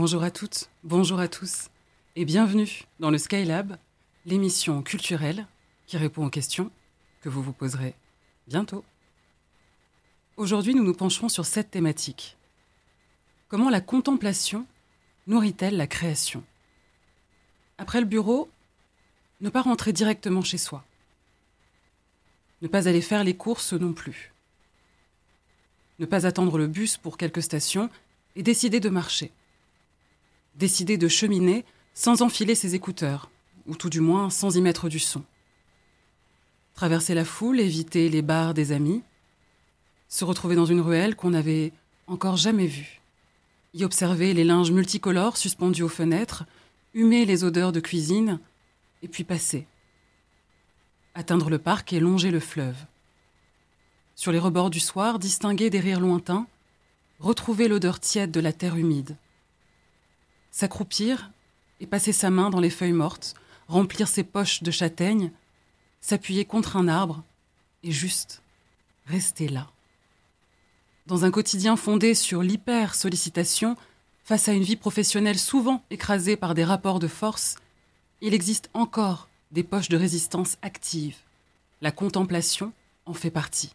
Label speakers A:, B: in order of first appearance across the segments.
A: Bonjour à toutes, bonjour à tous et bienvenue dans le Skylab, l'émission culturelle qui répond aux questions que vous vous poserez bientôt. Aujourd'hui, nous nous pencherons sur cette thématique. Comment la contemplation nourrit-elle la création ? Après le bureau, ne pas rentrer directement chez soi. Ne pas aller faire les courses non plus. Ne pas attendre le bus pour quelques stations et décider de marcher. Décider de cheminer sans enfiler ses écouteurs, ou tout du moins sans y mettre du son. Traverser la foule, éviter les bars des amis, se retrouver dans une ruelle qu'on n'avait encore jamais vue, y observer les linges multicolores suspendus aux fenêtres, humer les odeurs de cuisine, et puis passer. Atteindre le parc et longer le fleuve. Sur les rebords du soir, distinguer des rires lointains, retrouver l'odeur tiède de la terre humide. S'accroupir et passer sa main dans les feuilles mortes, remplir ses poches de châtaignes, s'appuyer contre un arbre et juste rester là. Dans un quotidien fondé sur l'hyper-sollicitation, face à une vie professionnelle souvent écrasée par des rapports de force, il existe encore des poches de résistance actives. La contemplation en fait partie.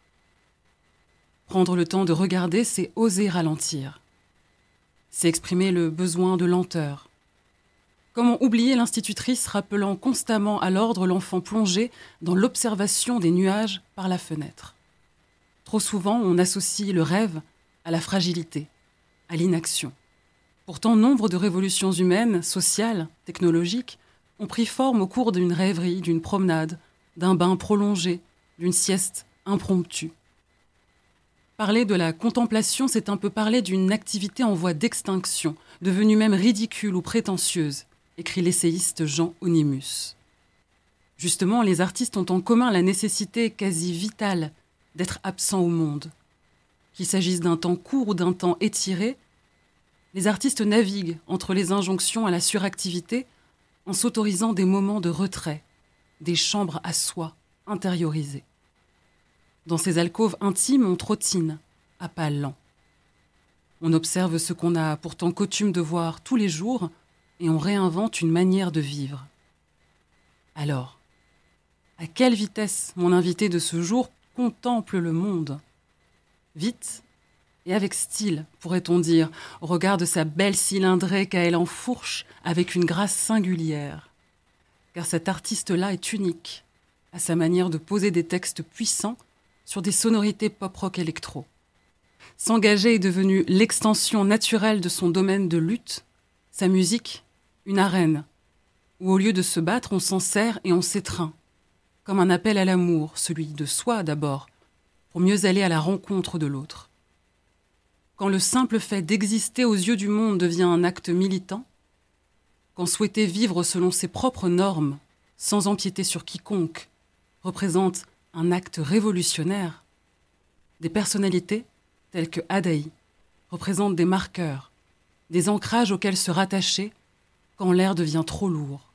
A: Prendre le temps de regarder, c'est oser ralentir. C'est exprimer le besoin de lenteur. Comment oublier l'institutrice rappelant constamment à l'ordre l'enfant plongé dans l'observation des nuages par la fenêtre. Trop souvent, on associe le rêve à la fragilité, à l'inaction. Pourtant, nombre de révolutions humaines, sociales, technologiques, ont pris forme au cours d'une rêverie, d'une promenade, d'un bain prolongé, d'une sieste impromptue. Parler de la contemplation, c'est un peu parler d'une activité en voie d'extinction, devenue même ridicule ou prétentieuse, écrit l'essayiste Jean Onimus. Justement, les artistes ont en commun la nécessité quasi vitale d'être absents au monde. Qu'il s'agisse d'un temps court ou d'un temps étiré, les artistes naviguent entre les injonctions à la suractivité en s'autorisant des moments de retrait, des chambres à soi, intériorisées. Dans ces alcôves intimes, on trottine, à pas lents. On observe ce qu'on a pourtant coutume de voir tous les jours et on réinvente une manière de vivre. Alors, à quelle vitesse mon invité de ce jour contemple le monde ? Vite et avec style, pourrait-on dire, au regard de sa belle cylindrée qu'elle enfourche avec une grâce singulière. Car cet artiste-là est unique, à sa manière de poser des textes puissants sur des sonorités pop-rock électro. S'engager est devenu l'extension naturelle de son domaine de lutte, sa musique, une arène, où au lieu de se battre, on s'en sert et on s'étreint, comme un appel à l'amour, celui de soi d'abord, pour mieux aller à la rencontre de l'autre. Quand le simple fait d'exister aux yeux du monde devient un acte militant, quand souhaiter vivre selon ses propres normes, sans empiéter sur quiconque, représente un acte révolutionnaire, des personnalités telles que Adaï représentent des marqueurs, des ancrages auxquels se rattacher quand l'air devient trop lourd.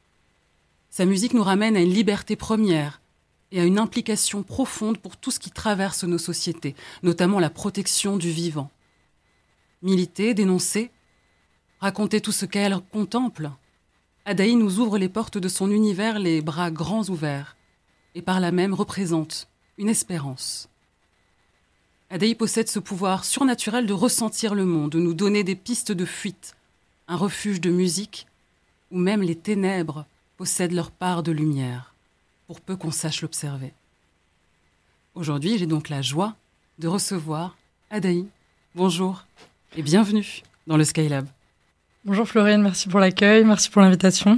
A: Sa musique nous ramène à une liberté première et à une implication profonde pour tout ce qui traverse nos sociétés, notamment la protection du vivant. Militer, dénoncer, raconter tout ce qu'elle contemple, Adaï nous ouvre les portes de son univers les bras grands ouverts, et par là même représente une espérance. Adaï possède ce pouvoir surnaturel de ressentir le monde, de nous donner des pistes de fuite, un refuge de musique, où même les ténèbres possèdent leur part de lumière, pour peu qu'on sache l'observer. Aujourd'hui, j'ai donc la joie de recevoir Adaï. Bonjour et bienvenue dans le Skylab.
B: Bonjour Floriane, merci pour l'accueil, merci pour l'invitation.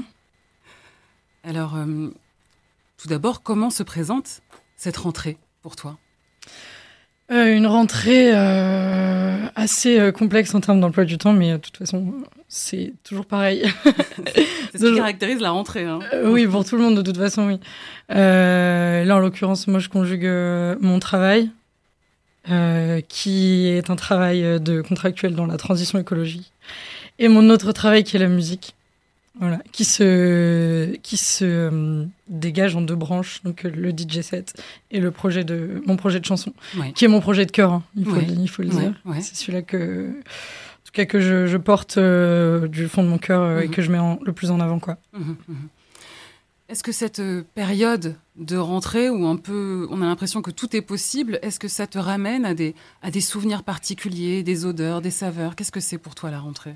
A: Alors, tout d'abord, comment se présente cette rentrée pour toi ?
B: Une rentrée assez complexe en termes d'emploi du temps, mais de toute façon, c'est toujours pareil.
A: C'est ce qui caractérise la rentrée. Hein.
B: Oui, pour tout le monde, de toute façon, oui. Là, en l'occurrence, moi, je conjugue mon travail, qui est un travail de contractuel dans la transition écologique, et mon autre travail qui est la musique. Voilà, qui se dégage en deux branches, donc le DJ set et mon projet de chanson, qui est mon projet de cœur, il faut le dire. Ouais. C'est celui-là que tout cas que je porte du fond de mon cœur et que je mets le plus en avant, quoi.
A: Est-ce que cette période de rentrée où on a l'impression que tout est possible, est-ce que ça te ramène à des souvenirs particuliers, des odeurs, des saveurs? Qu'est-ce que c'est pour toi la rentrée?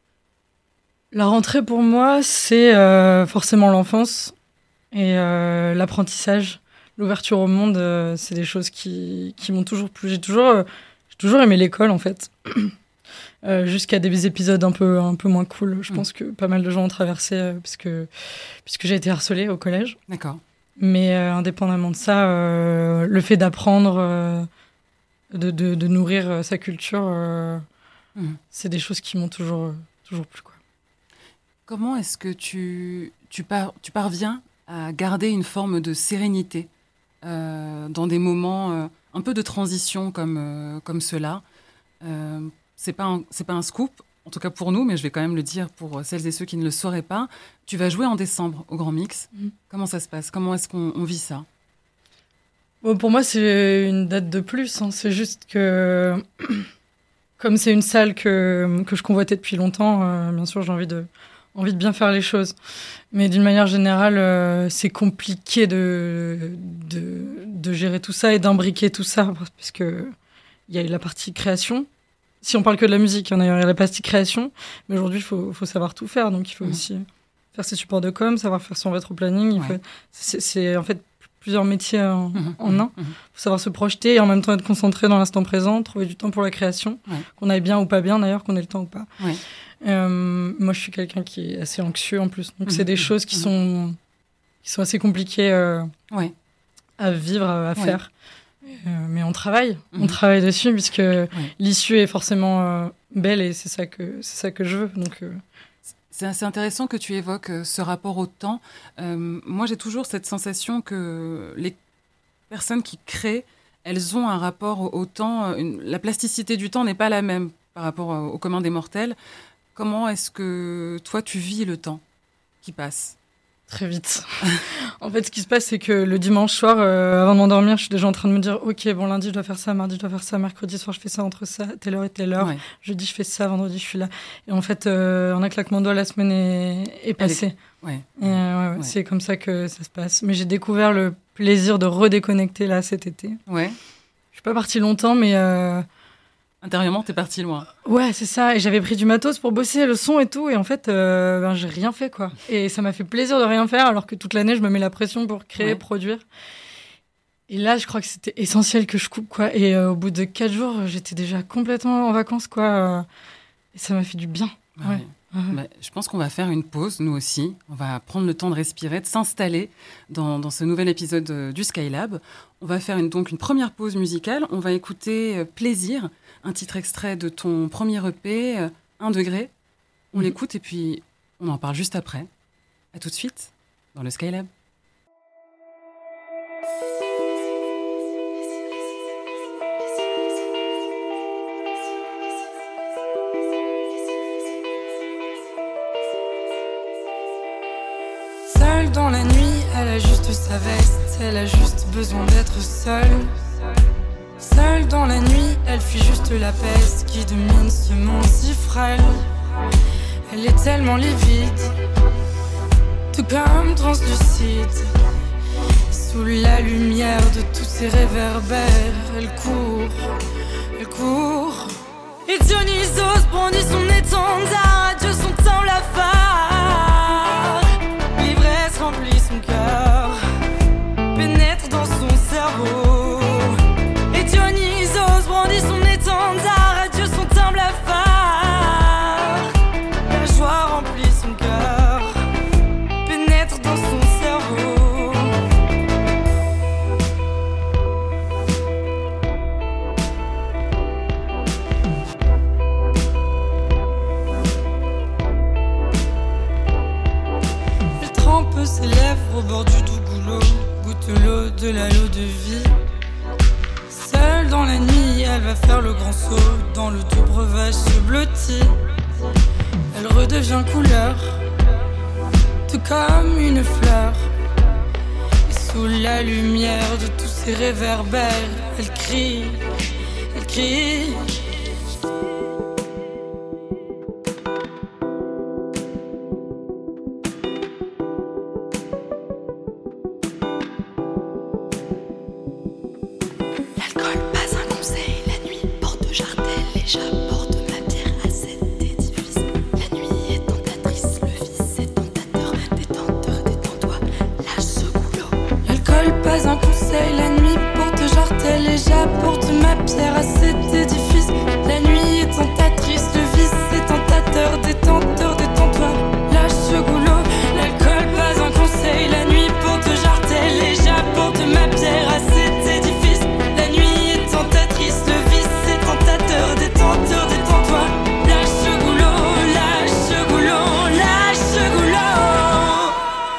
B: La rentrée pour moi, c'est forcément l'enfance et l'apprentissage, l'ouverture au monde. C'est des choses qui m'ont toujours plu. J'ai toujours aimé l'école en fait, jusqu'à des épisodes un peu moins cool. Je pense que pas mal de gens ont traversé puisque j'ai été harcelée au collège.
A: D'accord.
B: Mais indépendamment de ça, le fait d'apprendre, de nourrir sa culture, c'est des choses qui m'ont toujours plu, quoi.
A: Comment est-ce que tu parviens à garder une forme de sérénité dans des moments un peu de transition comme ceux-là? C'est pas un scoop, en tout cas pour nous, mais je vais quand même le dire pour celles et ceux qui ne le sauraient pas. Tu vas jouer en décembre au Grand Mix. Comment ça se passe? Comment est-ce qu'on vit ça?
B: Bon, pour moi, c'est une date de plus. Hein. C'est juste que, comme c'est une salle que je convoitais depuis longtemps, bien sûr, j'ai envie de bien faire les choses. Mais d'une manière générale, c'est compliqué de gérer tout ça et d'imbriquer tout ça, parce que il y a la partie création. Si on parle que de la musique, hein, d'ailleurs, il y a la partie création. Mais aujourd'hui, il faut savoir tout faire. Donc, il faut aussi faire ses supports de com, savoir faire son rétro-planning. C'est en fait plusieurs métiers en un. Il faut savoir se projeter et en même temps être concentré dans l'instant présent, trouver du temps pour la création, qu'on aille bien ou pas bien, d'ailleurs, qu'on ait le temps ou pas. Moi, je suis quelqu'un qui est assez anxieux en plus. Donc, c'est des choses qui sont assez compliquées à vivre, à faire. Mais on travaille dessus puisque l'issue est forcément belle et c'est ça que je veux. Donc,
A: c'est assez intéressant que tu évoques ce rapport au temps. Moi, j'ai toujours cette sensation que les personnes qui créent, elles ont un rapport au temps. La plasticité du temps n'est pas la même par rapport au commun des mortels. Comment est-ce que toi, tu vis le temps qui passe ?
B: Très vite. En fait, ce qui se passe, c'est que le dimanche soir, avant de m'endormir, je suis déjà en train de me dire « Ok, bon, lundi, je dois faire ça, mardi, je dois faire ça, mercredi soir, je fais ça entre ça, telle heure et telle heure. Jeudi, je fais ça, vendredi, je suis là. » Et en fait, en un claquement de doigts, la semaine est passée. C'est comme ça que ça se passe. Mais j'ai découvert le plaisir de redéconnecter, là, cet été. Je suis pas partie longtemps, mais...
A: Intérieurement, t'es partie loin.
B: Ouais, c'est ça. Et j'avais pris du matos pour bosser le son et tout. Et en fait, j'ai rien fait, quoi. Et ça m'a fait plaisir de rien faire, alors que toute l'année, je me mets la pression pour créer, produire. Et là, je crois que c'était essentiel que je coupe, quoi. Et au bout de 4 jours, j'étais déjà complètement en vacances, quoi. Et ça m'a fait du bien.
A: Je pense qu'on va faire une pause, nous aussi. On va prendre le temps de respirer, de s'installer dans ce nouvel épisode du Skylab. On va faire donc une première pause musicale. On va écouter Plaisir, un titre extrait de ton premier EP, 1 degré. On l'écoute et puis on en parle juste après. À tout de suite dans le Skylab.
C: Seule dans la nuit, elle a juste sa veste, elle a juste besoin d'être seule. Seule dans la nuit, elle fuit juste la peste qui domine ce monde si frêle. Elle est tellement livide, tout comme translucide. Sous la lumière de tous ces réverbères, elle court. Et Dionysos brandit son étendard, adieu son temps blafard. L'ivresse remplit son cœur, pénètre dans son cerveau. Et Dionysos brandit son étendard, adieu son temps blafard. La joie remplit son cœur, pénètre dans son cerveau. Elle trempe ses lèvres au bord du doux goulot, goûte l'eau de la l'eau de vie. Seule dans la nuit, elle va faire le grand saut dans le doux breuvage blotti. Elle redevient couleur, tout comme une fleur. Et sous la lumière de tous ces réverbères, elle crie. l'alcool, pas un conseil. La nuit pour te jarter, les j'apporte ma pierre à cet édifice. La nuit est tentatrice, le vice est tentateur, détenteur, détends-toi, lâche ce goulot. L'alcool, pas un conseil. La nuit pour te jarter, les j'apporte ma pierre à cet édifice. La nuit est tentatrice, le vice est tentateur, détenteur, détends-toi, lâche ce goulot, lâche ce goulot, lâche ce goulot.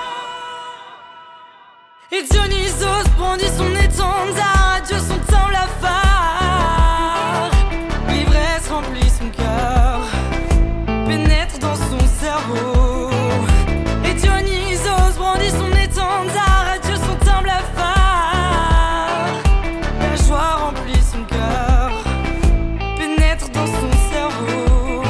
C: Et Dionysos brandit son étendard, adieu son temps blafard. L'ivresse remplit son cœur, pénètre dans son cerveau. Et Dionysos brandit son étendard, adieu son temps blafard. La joie remplit son cœur, pénètre dans son cerveau.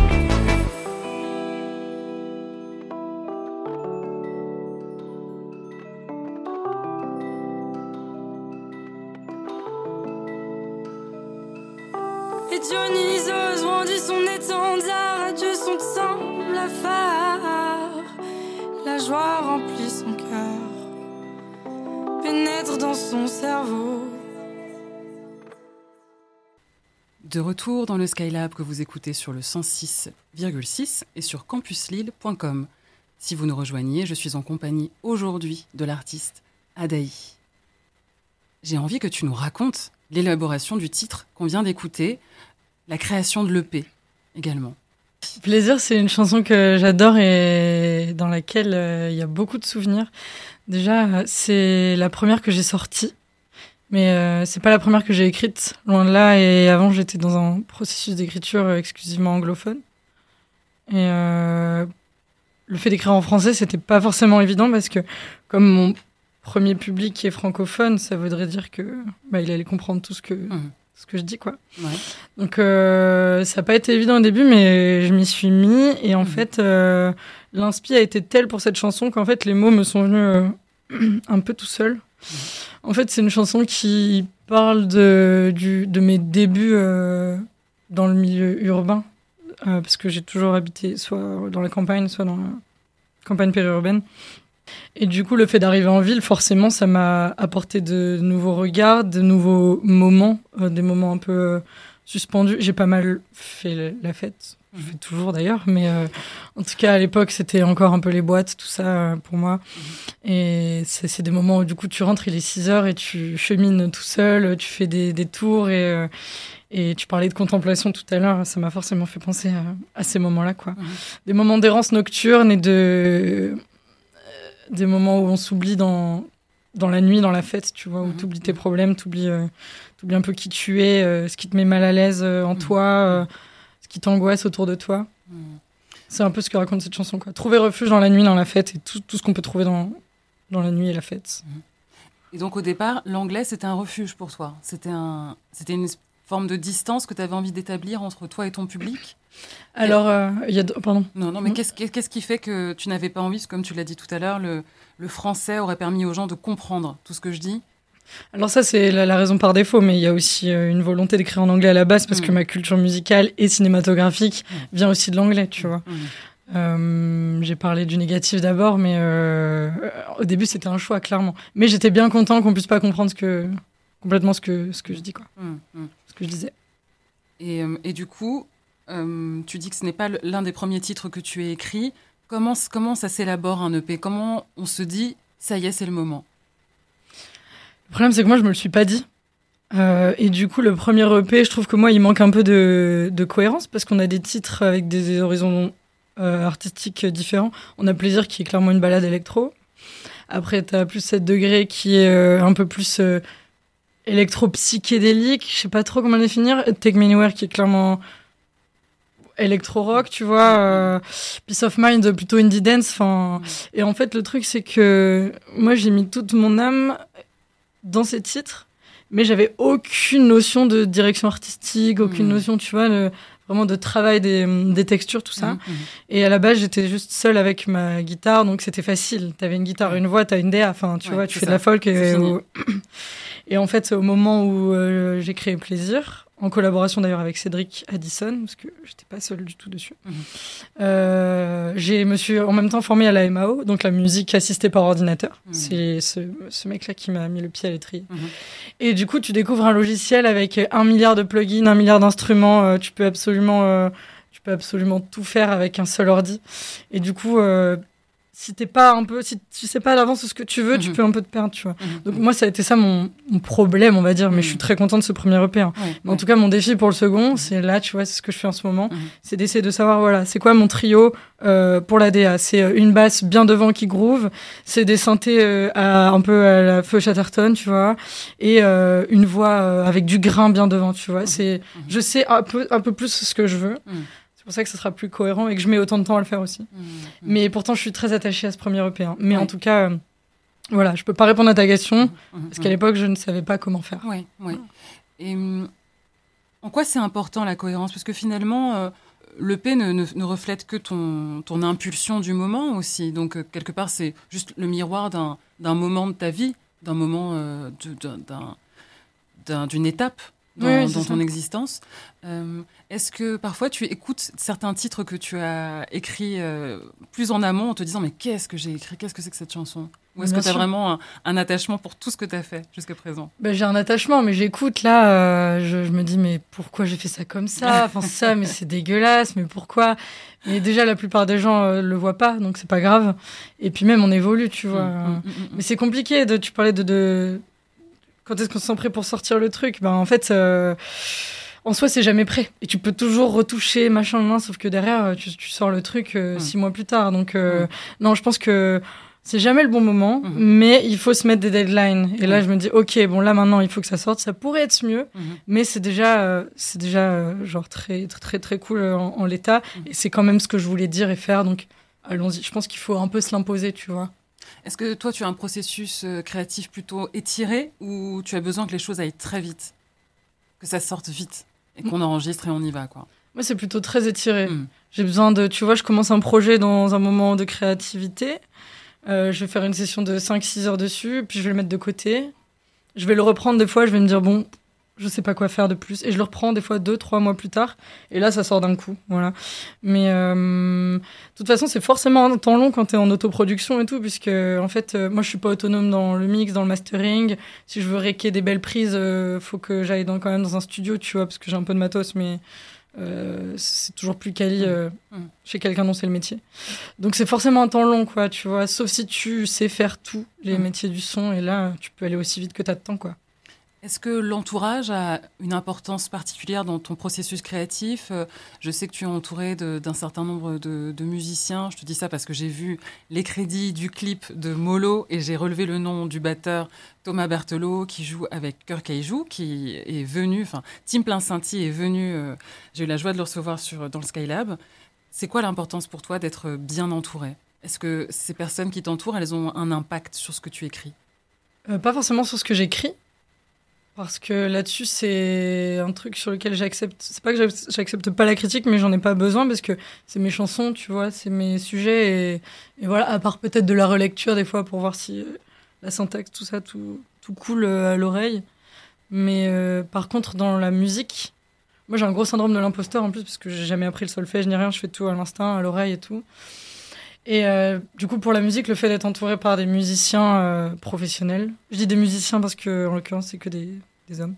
C: Et Dionysos brandit son étendard, adieu son sang blafard. La joie remplit son cœur, pénètre dans son cerveau.
A: De retour dans le Skylab que vous écoutez sur le 106,6 et sur campuslille.com. Si vous nous rejoignez, je suis en compagnie aujourd'hui de l'artiste Adaï. J'ai envie que tu nous racontes l'élaboration du titre qu'on vient d'écouter, la création de l'EP également.
B: Plaisir, c'est une chanson que j'adore et dans laquelle il y a beaucoup de souvenirs. Déjà, c'est la première que j'ai sortie, mais c'est pas la première que j'ai écrite, loin de là. Et avant, j'étais dans un processus d'écriture exclusivement anglophone. Et le fait d'écrire en français, c'était pas forcément évident parce que comme mon premier public est francophone, ça voudrait dire que il allait comprendre tout ce que je dis, quoi.
A: Ouais.
B: Donc ça n'a pas été évident au début, mais je m'y suis mis. Et en fait, l'inspi a été tel pour cette chanson qu'en fait, les mots me sont venus un peu tout seuls. En fait, c'est une chanson qui parle de mes débuts dans le milieu urbain. Parce que j'ai toujours habité soit dans la campagne, soit dans la campagne périurbaine. Et du coup, le fait d'arriver en ville, forcément, ça m'a apporté de nouveaux regards, de nouveaux moments, des moments un peu suspendus. J'ai pas mal fait la fête, je fais toujours d'ailleurs, mais en tout cas, à l'époque, c'était encore un peu les boîtes, tout ça, pour moi. Et c'est des moments où, du coup, tu rentres, il est 6h et tu chemines tout seul, tu fais des tours et tu parlais de contemplation tout à l'heure, ça m'a forcément fait penser à ces moments-là, quoi. Des moments d'errance nocturne et des moments où on s'oublie dans la nuit, dans la fête, tu vois, où tu oublies tes problèmes, tu oublies un peu qui tu es, ce qui te met mal à l'aise en toi, ce qui t'angoisse autour de toi. C'est un peu ce que raconte cette chanson, quoi. Trouver refuge dans la nuit, dans la fête, et tout ce qu'on peut trouver dans la nuit et la fête.
A: Et donc au départ, l'anglais, c'était un refuge pour toi. C'était une forme de distance que tu avais envie d'établir entre toi et ton public.
B: Alors, pardon.
A: Non, mais qu'est-ce qui fait que tu n'avais pas envie, comme tu l'as dit tout à l'heure, le français aurait permis aux gens de comprendre tout ce que je dis?
B: Alors ça, c'est la raison par défaut, mais il y a aussi une volonté d'écrire en anglais à la base, parce que ma culture musicale et cinématographique vient aussi de l'anglais, tu vois. J'ai parlé du négatif d'abord, mais au début, c'était un choix, clairement. Mais j'étais bien content qu'on puisse pas comprendre complètement ce que je dis, quoi. Ce que je disais.
A: Et du coup, tu dis que ce n'est pas l'un des premiers titres que tu as écrit. Comment ça s'élabore un EP? Comment on se dit, ça y est, c'est le moment?
B: Le problème, c'est que moi, je me le suis pas dit. Et du coup, le premier EP, je trouve que moi, il manque un peu de cohérence parce qu'on a des titres avec des horizons artistiques différents. On a Plaisir qui est clairement une balade électro. Après, t'as Plus 7 degrés qui est un peu plus électro-psychédélique. Je sais pas trop comment le définir. Take Me Anywhere qui est clairement électro-rock, tu vois. Peace of Mind, plutôt indie dance. Et en fait, le truc, c'est que moi, j'ai mis toute mon âme dans ces titres, mais j'avais aucune notion de direction artistique, aucune notion, tu vois, vraiment de travail des textures, tout ça. Et à la base, j'étais juste seule avec ma guitare, donc c'était facile. T'avais une guitare, une voix, t'as une DA, tu vois, tu fais de la folk. Et en fait, au moment où j'ai créé Plaisir, en collaboration d'ailleurs avec Cédric Addison, parce que j'étais pas seule du tout dessus. Je me suis en même temps formée à la MAO, donc la musique assistée par ordinateur. C'est ce mec-là qui m'a mis le pied à l'étrier. Et du coup, tu découvres un logiciel avec 1 milliard de plugins, 1 milliard d'instruments. Tu peux absolument tout faire avec un seul ordi. Et du coup, si tu sais pas à l'avance ce que tu veux, tu peux un peu te perdre, tu vois. Donc moi, ça a été ça mon problème, on va dire, mais je suis très contente de ce premier EP. Mais en tout cas, mon défi pour le second, c'est là, tu vois, c'est ce que je fais en ce moment, c'est d'essayer de savoir, voilà, c'est quoi mon trio pour la DA. C'est une basse bien devant qui groove, c'est des synthés un peu à la Feu Chatterton, tu vois, et une voix avec du grain bien devant, tu vois. Je sais un peu plus ce que je veux. C'est pour ça que ce sera plus cohérent et que je mets autant de temps à le faire aussi. Mais pourtant, je suis très attachée à ce premier EP. Mais en tout cas, voilà, je peux pas répondre à ta question parce qu'à l'époque, je ne savais pas comment faire.
A: Oui. Et en quoi c'est important la cohérence ? Parce que finalement, l'EP ne reflète que ton impulsion du moment aussi. Donc, quelque part, c'est juste le miroir d'un moment de ta vie, d'un moment, d'une étape dans ton existence. Est-ce que parfois tu écoutes certains titres que tu as écrits plus en amont en te disant mais qu'est-ce que j'ai écrit, qu'est-ce que c'est que cette chanson ? Ou est-ce que tu as vraiment un attachement pour tout ce que tu as fait jusqu'à présent ?
B: J'ai un attachement, mais j'écoute là, je me dis mais pourquoi j'ai fait ça comme ça ? Enfin ça, mais c'est dégueulasse, mais pourquoi ? Et déjà la plupart des gens le voient pas, donc c'est pas grave. Et puis même on évolue, tu vois. Mais c'est compliqué. Tu parlais de quand est-ce qu'on se sent prêt pour sortir le truc ? En fait, en soi, c'est jamais prêt. Et tu peux toujours retoucher, machin, sauf que derrière, tu sors le truc 6 mois plus tard. Donc, non, je pense que c'est jamais le bon moment, mais il faut se mettre des deadlines. Et là, je me dis, OK, bon, là, maintenant, il faut que ça sorte. Ça pourrait être mieux, mais c'est déjà genre très, très, très cool en l'état. Et c'est quand même ce que je voulais dire et faire. Donc, allons-y. Je pense qu'il faut un peu se l'imposer, tu vois.
A: Est-ce que toi, tu as un processus créatif plutôt étiré ou tu as besoin que les choses aillent très vite ? Que ça sorte vite et qu'on enregistre et on y va, quoi.
B: Moi, c'est plutôt très étiré. J'ai besoin tu vois, je commence un projet dans un moment de créativité. Je vais faire une session de 5-6 heures dessus, puis je vais le mettre de côté. Je vais le reprendre des fois, je vais me dire, bon, je sais pas quoi faire de plus. Et je le reprends des fois 2-3 mois plus tard. Et là, ça sort d'un coup. Voilà. Mais de toute façon, c'est forcément un temps long quand t'es en autoproduction et tout, puisque en fait, moi, je suis pas autonome dans le mix, dans le mastering. Si je veux réquer des belles prises, faut que j'aille quand même dans un studio, tu vois, parce que j'ai un peu de matos, mais c'est toujours plus quali chez quelqu'un dont c'est le métier. Donc c'est forcément un temps long, quoi, tu vois. Sauf si tu sais faire tous les métiers du son, et là, tu peux aller aussi vite que t'as de temps, quoi.
A: Est-ce que l'entourage a une importance particulière dans ton processus créatif ? Je sais que tu es entouré d'un certain nombre de musiciens. Je te dis ça parce que j'ai vu les crédits du clip de Molo et j'ai relevé le nom du batteur Thomas Berthelot qui joue avec Cœur Caillou, qui est venu, Tim Plein-Sainty est venu, j'ai eu la joie de le recevoir dans le Skylab. C'est quoi l'importance pour toi d'être bien entouré ? Est-ce que ces personnes qui t'entourent, elles ont un impact sur ce que tu écris ?
B: Pas forcément sur ce que j'écris. Parce que là-dessus, c'est un truc sur lequel j'accepte... C'est pas que j'accepte pas la critique, mais j'en ai pas besoin parce que c'est mes chansons, tu vois, c'est mes sujets. Et voilà, à part peut-être de la relecture des fois pour voir si la syntaxe, tout ça, tout coule à l'oreille. Mais par contre, dans la musique, moi j'ai un gros syndrome de l'imposteur en plus parce que j'ai jamais appris le solfège ni rien, je fais tout à l'instinct, à l'oreille et tout. Et du coup, pour la musique, le fait d'être entouré par des musiciens professionnels, je dis des musiciens parce que en l'occurrence, c'est que des hommes,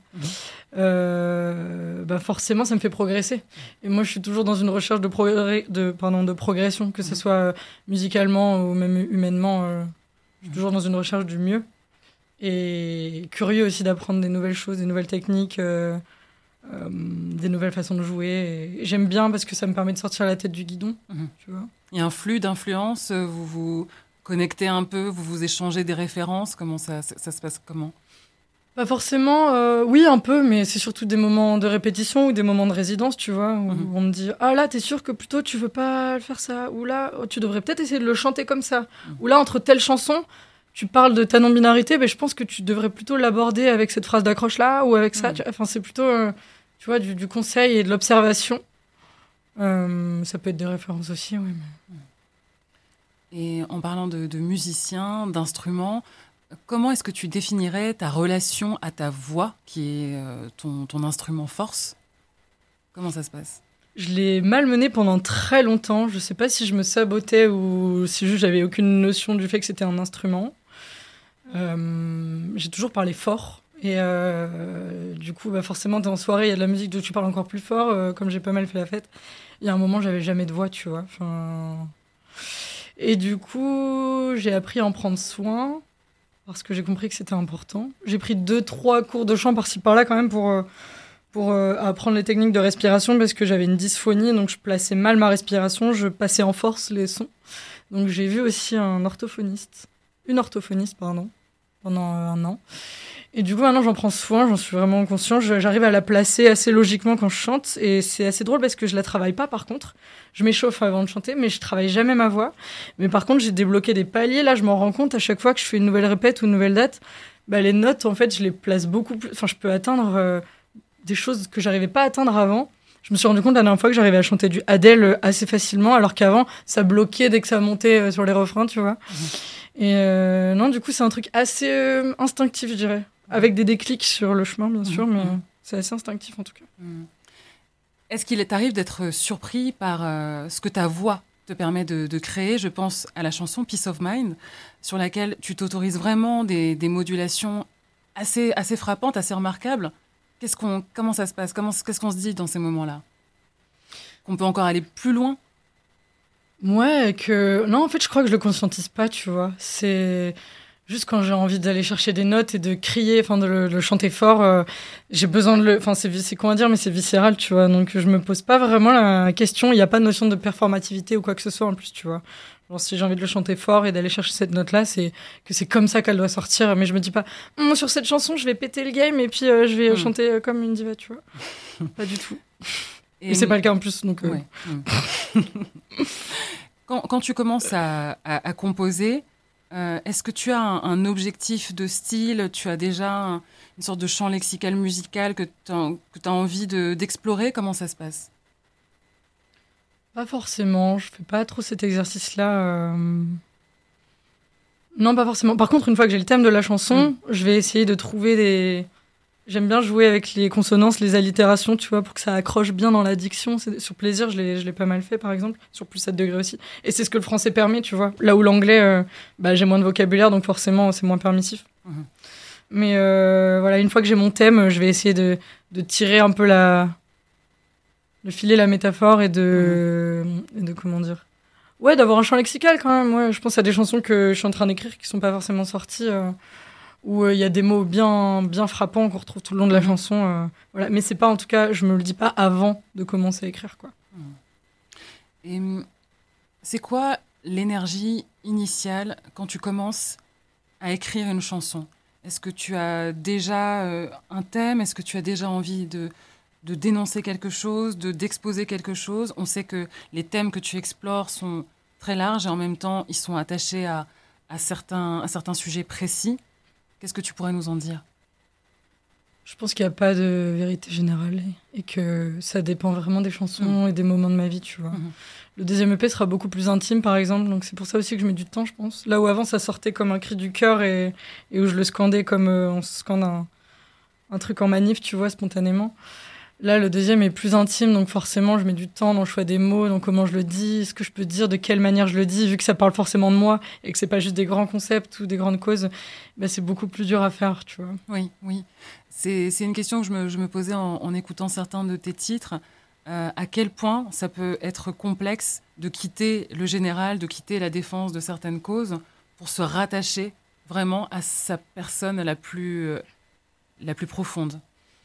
B: forcément, ça me fait progresser. Et moi, je suis toujours dans une recherche de progression, que ce soit musicalement ou même humainement. Je suis toujours dans une recherche du mieux. Et curieux aussi d'apprendre des nouvelles choses, des nouvelles techniques, des nouvelles façons de jouer. Et j'aime bien parce que ça me permet de sortir la tête du guidon, tu vois.
A: Il y a un flux d'influence, vous vous connectez un peu, vous vous échangez des références, comment ça se passe comment ?
B: Pas forcément, oui un peu, mais c'est surtout des moments de répétition ou des moments de résidence, tu vois, où on me dit « Ah là, t'es sûr que plutôt tu veux pas faire ça ?» ou là, tu devrais peut-être essayer de le chanter comme ça. Ou là, entre telle chanson, tu parles de ta non-binarité, mais je pense que tu devrais plutôt l'aborder avec cette phrase d'accroche-là ou avec ça. Enfin, c'est plutôt, tu vois, du conseil et de l'observation. Ça peut être des références aussi, oui.
A: Et en parlant de musiciens, d'instruments, Comment est-ce que tu définirais ta relation à ta voix, qui est ton instrument force? Comment ça se passe?
B: Je l'ai malmenée pendant très longtemps. Je sais pas si je me sabotais ou si juste j'avais aucune notion du fait que c'était un instrument. J'ai toujours parlé fort. Et du coup, forcément, t'es en soirée, il y a de la musique dont tu parles encore plus fort. Comme j'ai pas mal fait la fête, il y a un moment, j'avais jamais de voix, tu vois. Et du coup, j'ai appris à en prendre soin parce que j'ai compris que c'était important. J'ai pris 2-3 cours de chant par-ci par-là quand même pour apprendre les techniques de respiration parce que j'avais une dysphonie, donc je plaçais mal ma respiration, je passais en force les sons. Donc j'ai vu aussi une orthophoniste, pendant 1 an. Et du coup, maintenant, j'en prends soin, j'en suis vraiment conscient. J'arrive à la placer assez logiquement quand je chante. Et c'est assez drôle parce que je la travaille pas, par contre. Je m'échauffe avant de chanter, mais je travaille jamais ma voix. Mais par contre, j'ai débloqué des paliers. Là, je m'en rends compte à chaque fois que je fais une nouvelle répète ou une nouvelle date. Les notes, en fait, je les place beaucoup plus. Enfin, je peux atteindre des choses que j'arrivais pas à atteindre avant. Je me suis rendu compte la dernière fois que j'arrivais à chanter du Adele assez facilement, alors qu'avant, ça bloquait dès que ça montait sur les refrains, tu vois. Et non, du coup, c'est un truc assez instinctif, je dirais. Avec des déclics sur le chemin, bien sûr, mais c'est assez instinctif en tout cas.
A: Est-ce qu'il t'arrive d'être surpris par ce que ta voix te permet de créer? Je pense à la chanson Peace of Mind, sur laquelle tu t'autorises vraiment des modulations assez frappantes, assez remarquables. Comment ça se passe? Qu'est-ce qu'on se dit dans ces moments-là? Qu'on peut encore aller plus loin?
B: Ouais, non, en fait, je crois que je le conscientise pas, tu vois. C'est juste quand j'ai envie d'aller chercher des notes et de crier, enfin de le chanter fort, j'ai besoin de le. Enfin, c'est con à dire, mais c'est viscéral, tu vois. Donc, je me pose pas vraiment la question. Il y a pas de notion de performativité ou quoi que ce soit en plus, tu vois. Genre, si j'ai envie de le chanter fort et d'aller chercher cette note-là, c'est que c'est comme ça qu'elle doit sortir. Mais je me dis pas, sur cette chanson, je vais péter le game et puis je vais chanter comme une diva, tu vois. Pas du tout. Et c'est pas le cas en plus, donc.
A: Ouais. Quand tu commences à composer, est-ce que tu as un objectif de style? Tu as déjà une sorte de champ lexical musical que tu as envie d'explorer? Comment ça se passe?
B: Pas forcément. Je fais pas trop cet exercice-là. Non, pas forcément. Par contre, une fois que j'ai le thème de la chanson, je vais essayer de trouver des... J'aime bien jouer avec les consonances, les allitérations, tu vois, pour que ça accroche bien dans la diction. Sur Plaisir, je l'ai pas mal fait, par exemple. Sur Plus 7 degrés aussi. Et c'est ce que le français permet, tu vois. Là où l'anglais, j'ai moins de vocabulaire, donc forcément, c'est moins permissif. Mais voilà, une fois que j'ai mon thème, je vais essayer de tirer un peu de filer la métaphore et de comment dire... Ouais, d'avoir un champ lexical, quand même. Ouais, je pense à des chansons que je suis en train d'écrire qui sont pas forcément sorties... où il y a des mots bien frappants qu'on retrouve tout le long de la chanson. Voilà. Mais c'est pas, en tout cas, je me le dis pas avant de commencer à écrire, quoi.
A: Et c'est quoi l'énergie initiale quand tu commences à écrire une chanson? Est-ce que tu as déjà un thème? Est-ce que tu as déjà envie de dénoncer quelque chose, d'exposer quelque chose? On sait que les thèmes que tu explores sont très larges et en même temps, ils sont attachés à certains sujets précis. Qu'est-ce que tu pourrais nous en dire?
B: Je pense qu'il n'y a pas de vérité générale et que ça dépend vraiment des chansons et des moments de ma vie, tu vois. Le deuxième EP sera beaucoup plus intime, par exemple, donc c'est pour ça aussi que je mets du temps, je pense. Là où avant, ça sortait comme un cri du cœur et où je le scandais comme on scande un truc en manif, tu vois, spontanément. Là, le deuxième est plus intime, donc forcément, je mets du temps dans le choix des mots, dans comment je le dis, ce que je peux dire, de quelle manière je le dis, vu que ça parle forcément de moi et que c'est pas juste des grands concepts ou des grandes causes, c'est beaucoup plus dur à faire, tu vois.
A: Oui. C'est une question que je me posais en écoutant certains de tes titres. À quel point ça peut être complexe de quitter le général, de quitter la défense de certaines causes pour se rattacher vraiment à sa personne la plus profonde.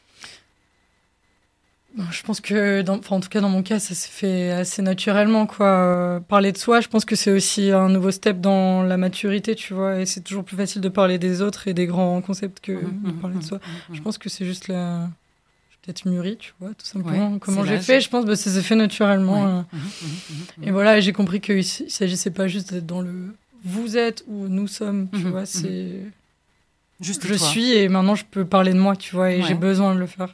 B: Je pense que, en tout cas dans mon cas, ça s'est fait assez naturellement, quoi. Parler de soi, je pense que c'est aussi un nouveau step dans la maturité, tu vois, et c'est toujours plus facile de parler des autres et des grands concepts que de parler de soi. Je pense que c'est juste j'ai peut-être mûri, tu vois, tout simplement.
A: Ouais,
B: comment j'ai fait, je pense que ça s'est fait naturellement. Et voilà, et j'ai compris qu'il ne s'agissait pas juste d'être dans le « vous êtes » ou « nous sommes », tu vois, c'est...
A: Juste
B: je suis et maintenant je peux parler de moi, tu vois, et j'ai besoin de le faire.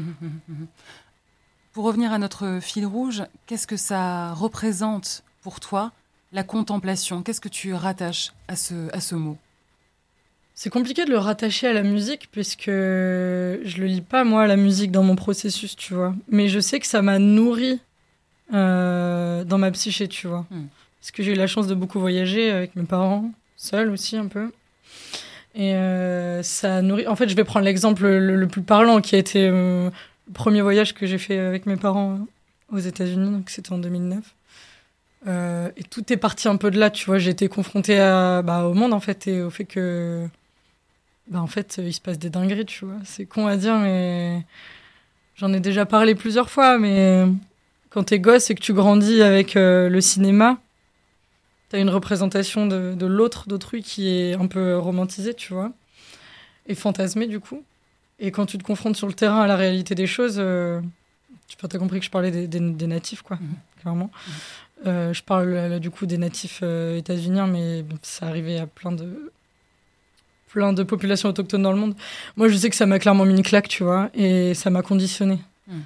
A: Pour revenir à notre fil rouge, qu'est-ce que ça représente pour toi, la contemplation? Qu'est-ce que tu rattaches à ce mot?
B: C'est compliqué de le rattacher à la musique puisque je le lis pas, moi, la musique dans mon processus, tu vois. Mais je sais que ça m'a nourri dans ma psyché, tu vois. Parce que j'ai eu la chance de beaucoup voyager avec mes parents, seule aussi un peu. Et ça nourrit... En fait, je vais prendre l'exemple le plus parlant qui a été le premier voyage que j'ai fait avec mes parents aux États-Unis, donc c'était en 2009. Et tout est parti un peu de là, tu vois. J'ai été confrontée au monde, en fait, et au fait que... en fait, il se passe des dingueries, tu vois. C'est con à dire, mais... J'en ai déjà parlé plusieurs fois, mais quand t'es gosse et que tu grandis avec le cinéma, t'as une représentation de l'autre, d'autrui, qui est un peu romantisée, tu vois, et fantasmée, du coup. Et quand tu te confrontes sur le terrain à la réalité des choses, t'as compris que je parlais des natifs, quoi, clairement. Je parle là, du coup des natifs états-uniens, mais ça arrivait à plein de populations autochtones dans le monde. Moi, je sais que ça m'a clairement mis une claque, tu vois, et ça m'a conditionné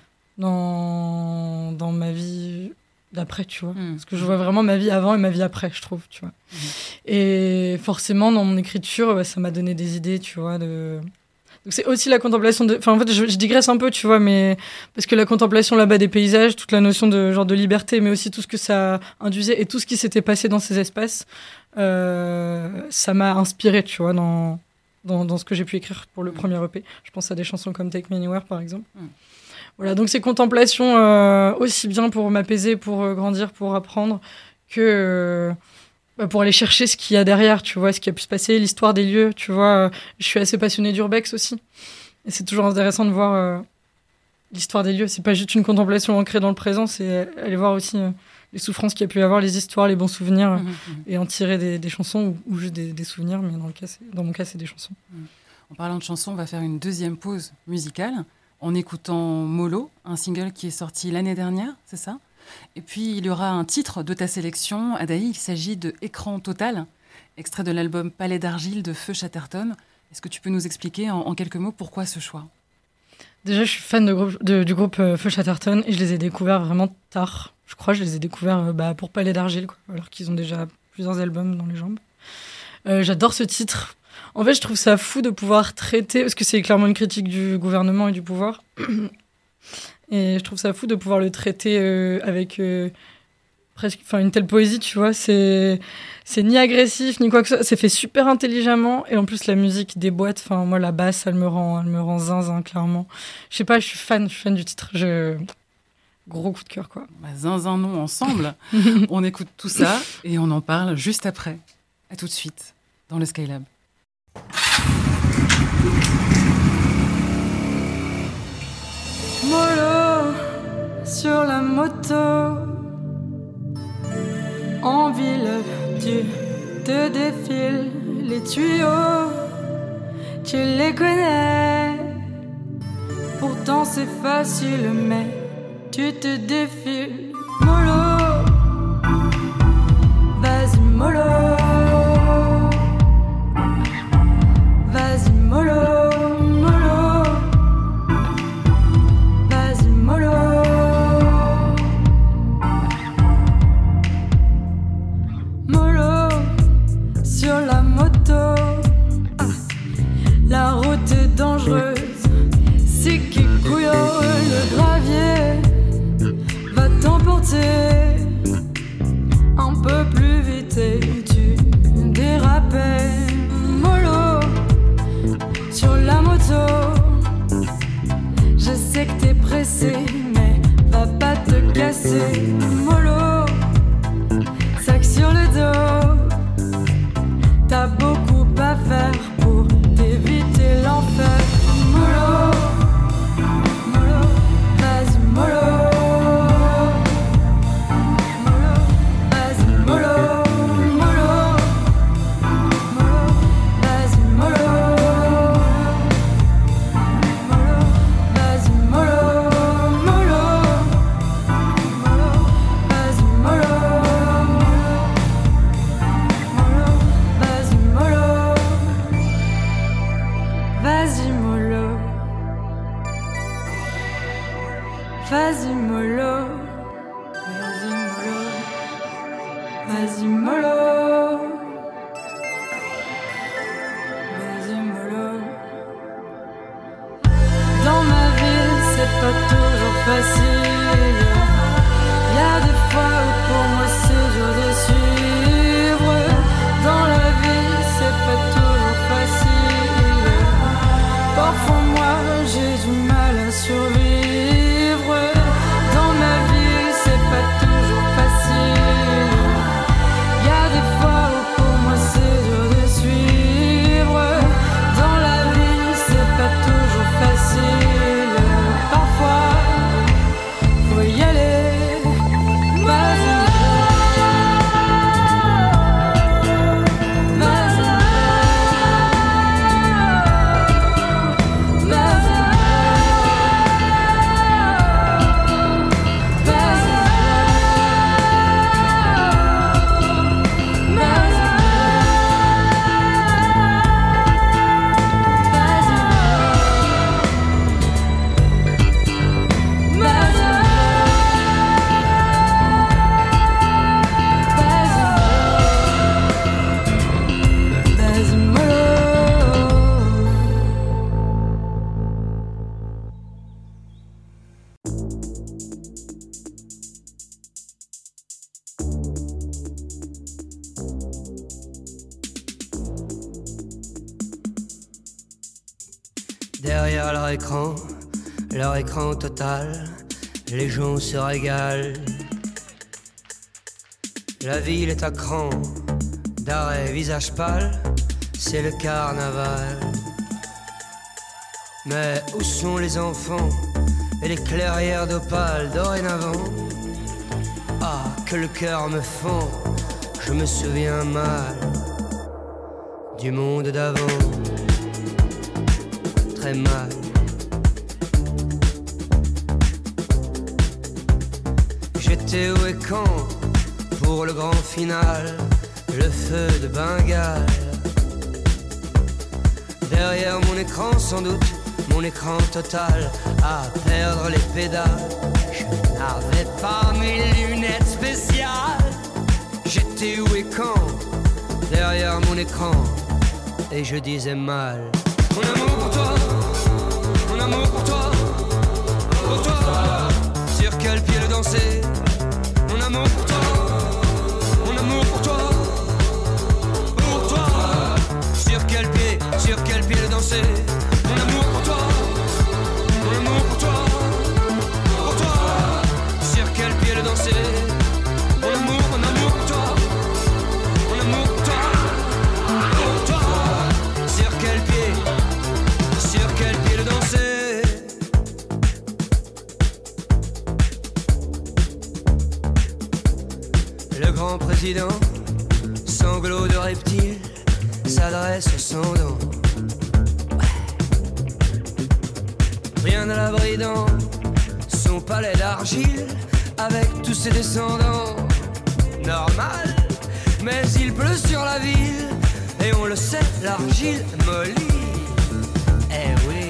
B: dans ma vie d'après, tu vois. Parce que je vois vraiment ma vie avant et ma vie après, je trouve, tu vois. Et forcément, dans mon écriture, ça m'a donné des idées, tu vois, Donc c'est aussi la contemplation de... Enfin, en fait, je digresse un peu, tu vois, mais... Parce que la contemplation là-bas des paysages, toute la notion de genre de liberté, mais aussi tout ce que ça induisait et tout ce qui s'était passé dans ces espaces, ça m'a inspiré, tu vois, dans ce que j'ai pu écrire pour le premier EP. Je pense à des chansons comme Take Me Anywhere, par exemple. Voilà, donc ces contemplations, aussi bien pour m'apaiser, pour grandir, pour apprendre, que... pour aller chercher ce qu'il y a derrière, tu vois, ce qui a pu se passer, l'histoire des lieux, tu vois. Je suis assez passionnée d'urbex aussi. Et c'est toujours intéressant de voir l'histoire des lieux. C'est pas juste une contemplation ancrée dans le présent, c'est aller voir aussi les souffrances qu'il y a pu y avoir, les histoires, les bons souvenirs, et en tirer des chansons ou juste des souvenirs, mais dans mon cas, c'est des chansons.
A: En parlant de chansons, on va faire une deuxième pause musicale en écoutant Mollo, un single qui est sorti l'année dernière, c'est ça ? Et puis, il y aura un titre de ta sélection, Adaï, il s'agit de Écran Total, extrait de l'album Palais d'Argile de Feu Chatterton. Est-ce que tu peux nous expliquer en quelques mots pourquoi ce choix ?
B: Déjà, je suis fan du groupe Feu Chatterton et je les ai découverts vraiment tard. Je crois que je les ai découverts pour Palais d'Argile, quoi, alors qu'ils ont déjà plusieurs albums dans les jambes. J'adore ce titre. En fait, je trouve ça fou de pouvoir traiter, parce que c'est clairement une critique du gouvernement et du pouvoir. Et je trouve ça fou de pouvoir le traiter avec presque, une telle poésie, tu vois. C'est ni agressif, ni quoi que ce soit. C'est fait super intelligemment. Et en plus, la musique déboîte. Enfin, moi, la basse, elle me rend zinzin, clairement. Je sais pas, je suis fan du titre. Gros coup de cœur, quoi.
A: Zinzin, non, ensemble. On écoute tout ça et on en parle juste après. À tout de suite, dans le Skylab.
C: Mollo sur la moto, en ville tu te défiles, les tuyaux, tu les connais, pourtant c'est facile mais tu te défiles. Mollo, vas-y mollo, vas-y mollo. La route est dangereuse, c'est qui couillon, le gravier va t'emporter un peu plus vite et tu dérapais. Mollo sur la moto, je sais que t'es pressé, mais va pas te casser. Mollo, sac sur le dos, t'as beaucoup à faire pour t'éviter l'enfer. Mollo, mollo, vas-y mollo, pas toujours facile. Y a des fois où pour moi c'est dur de suivre. Dans la vie c'est pas toujours facile. Parfois moi j'ai du mal à survivre. Dans ma ville c'est pas toujours facile. Y a des fois où pour moi c'est dur de suivre. Dans la vie c'est pas toujours facile. Parfois faut y aller.
D: Derrière leur écran total, les gens se régalent. La ville est à cran, d'arrêt visage pâle, c'est le carnaval. Mais où sont les enfants et les clairières d'opale dorénavant? Ah, que le cœur me fend, je me souviens mal du monde d'avant. Très mal. J'étais où et quand pour le grand final, le feu de Bengale. Derrière mon écran sans doute, mon écran total, à perdre les pédales. Je n'avais pas mes lunettes spéciales. J'étais où et quand derrière mon écran, et je disais mal. Mon amour pour toi, mon amour pour toi, sur quel pied le danser? Mon amour pour toi, mon amour pour toi, sur quel pied le danser? Mon amour pour toi, mon amour pour toi, sur quel pied le danser? Mon amour pour toi, mon amour pour toi, sur quel pied le danser? Le grand président, sanglot de reptile, s'adresse aux sans-dents. Rien à l'abri dans son palais d'argile, avec tous ses descendants. Normal, mais il pleut sur la ville, et on le sait, l'argile mollit. Eh oui.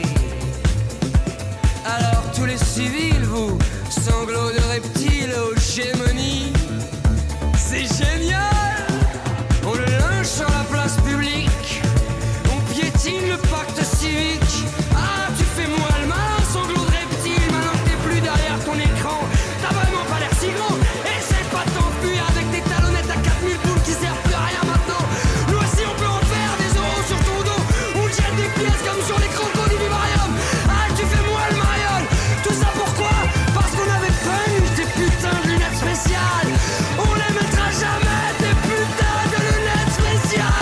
D: Alors tous les civils, vous, sanglots de reptiles aux gémonies, c'est génial. On le linge sur la place publique, on piétine le pacte civique. Ah, tu fais moi le malin, sanglot de reptile. Maintenant que t'es plus derrière ton écran, t'as vraiment pas l'air si grand. Essaye pas de t'enfuir avec tes talonnettes à 4000 boules qui servent plus à rien maintenant. Nous aussi on peut en faire des euros sur ton dos. On jette des pièces comme sur les crocos du vivarium. Ah, tu fais moi le mariole. Tout ça pourquoi? Parce qu'on avait pas eu des putains de lunettes spéciales. On les mettra jamais, des putains de lunettes spéciales.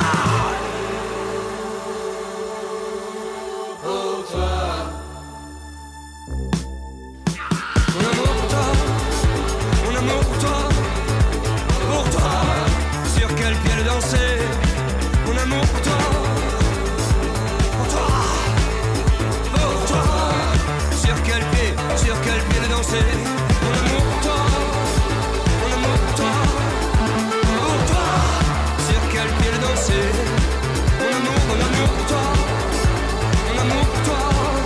D: Pour toi, mon amour pour toi, mon amour pour toi, sur quel pied le danser? Mon amour pour toi, sur quel pied le danser? Mon amour pour toi, mon amour pour toi, sur quel pied le danser? Mon amour pour toi, mon amour pour toi,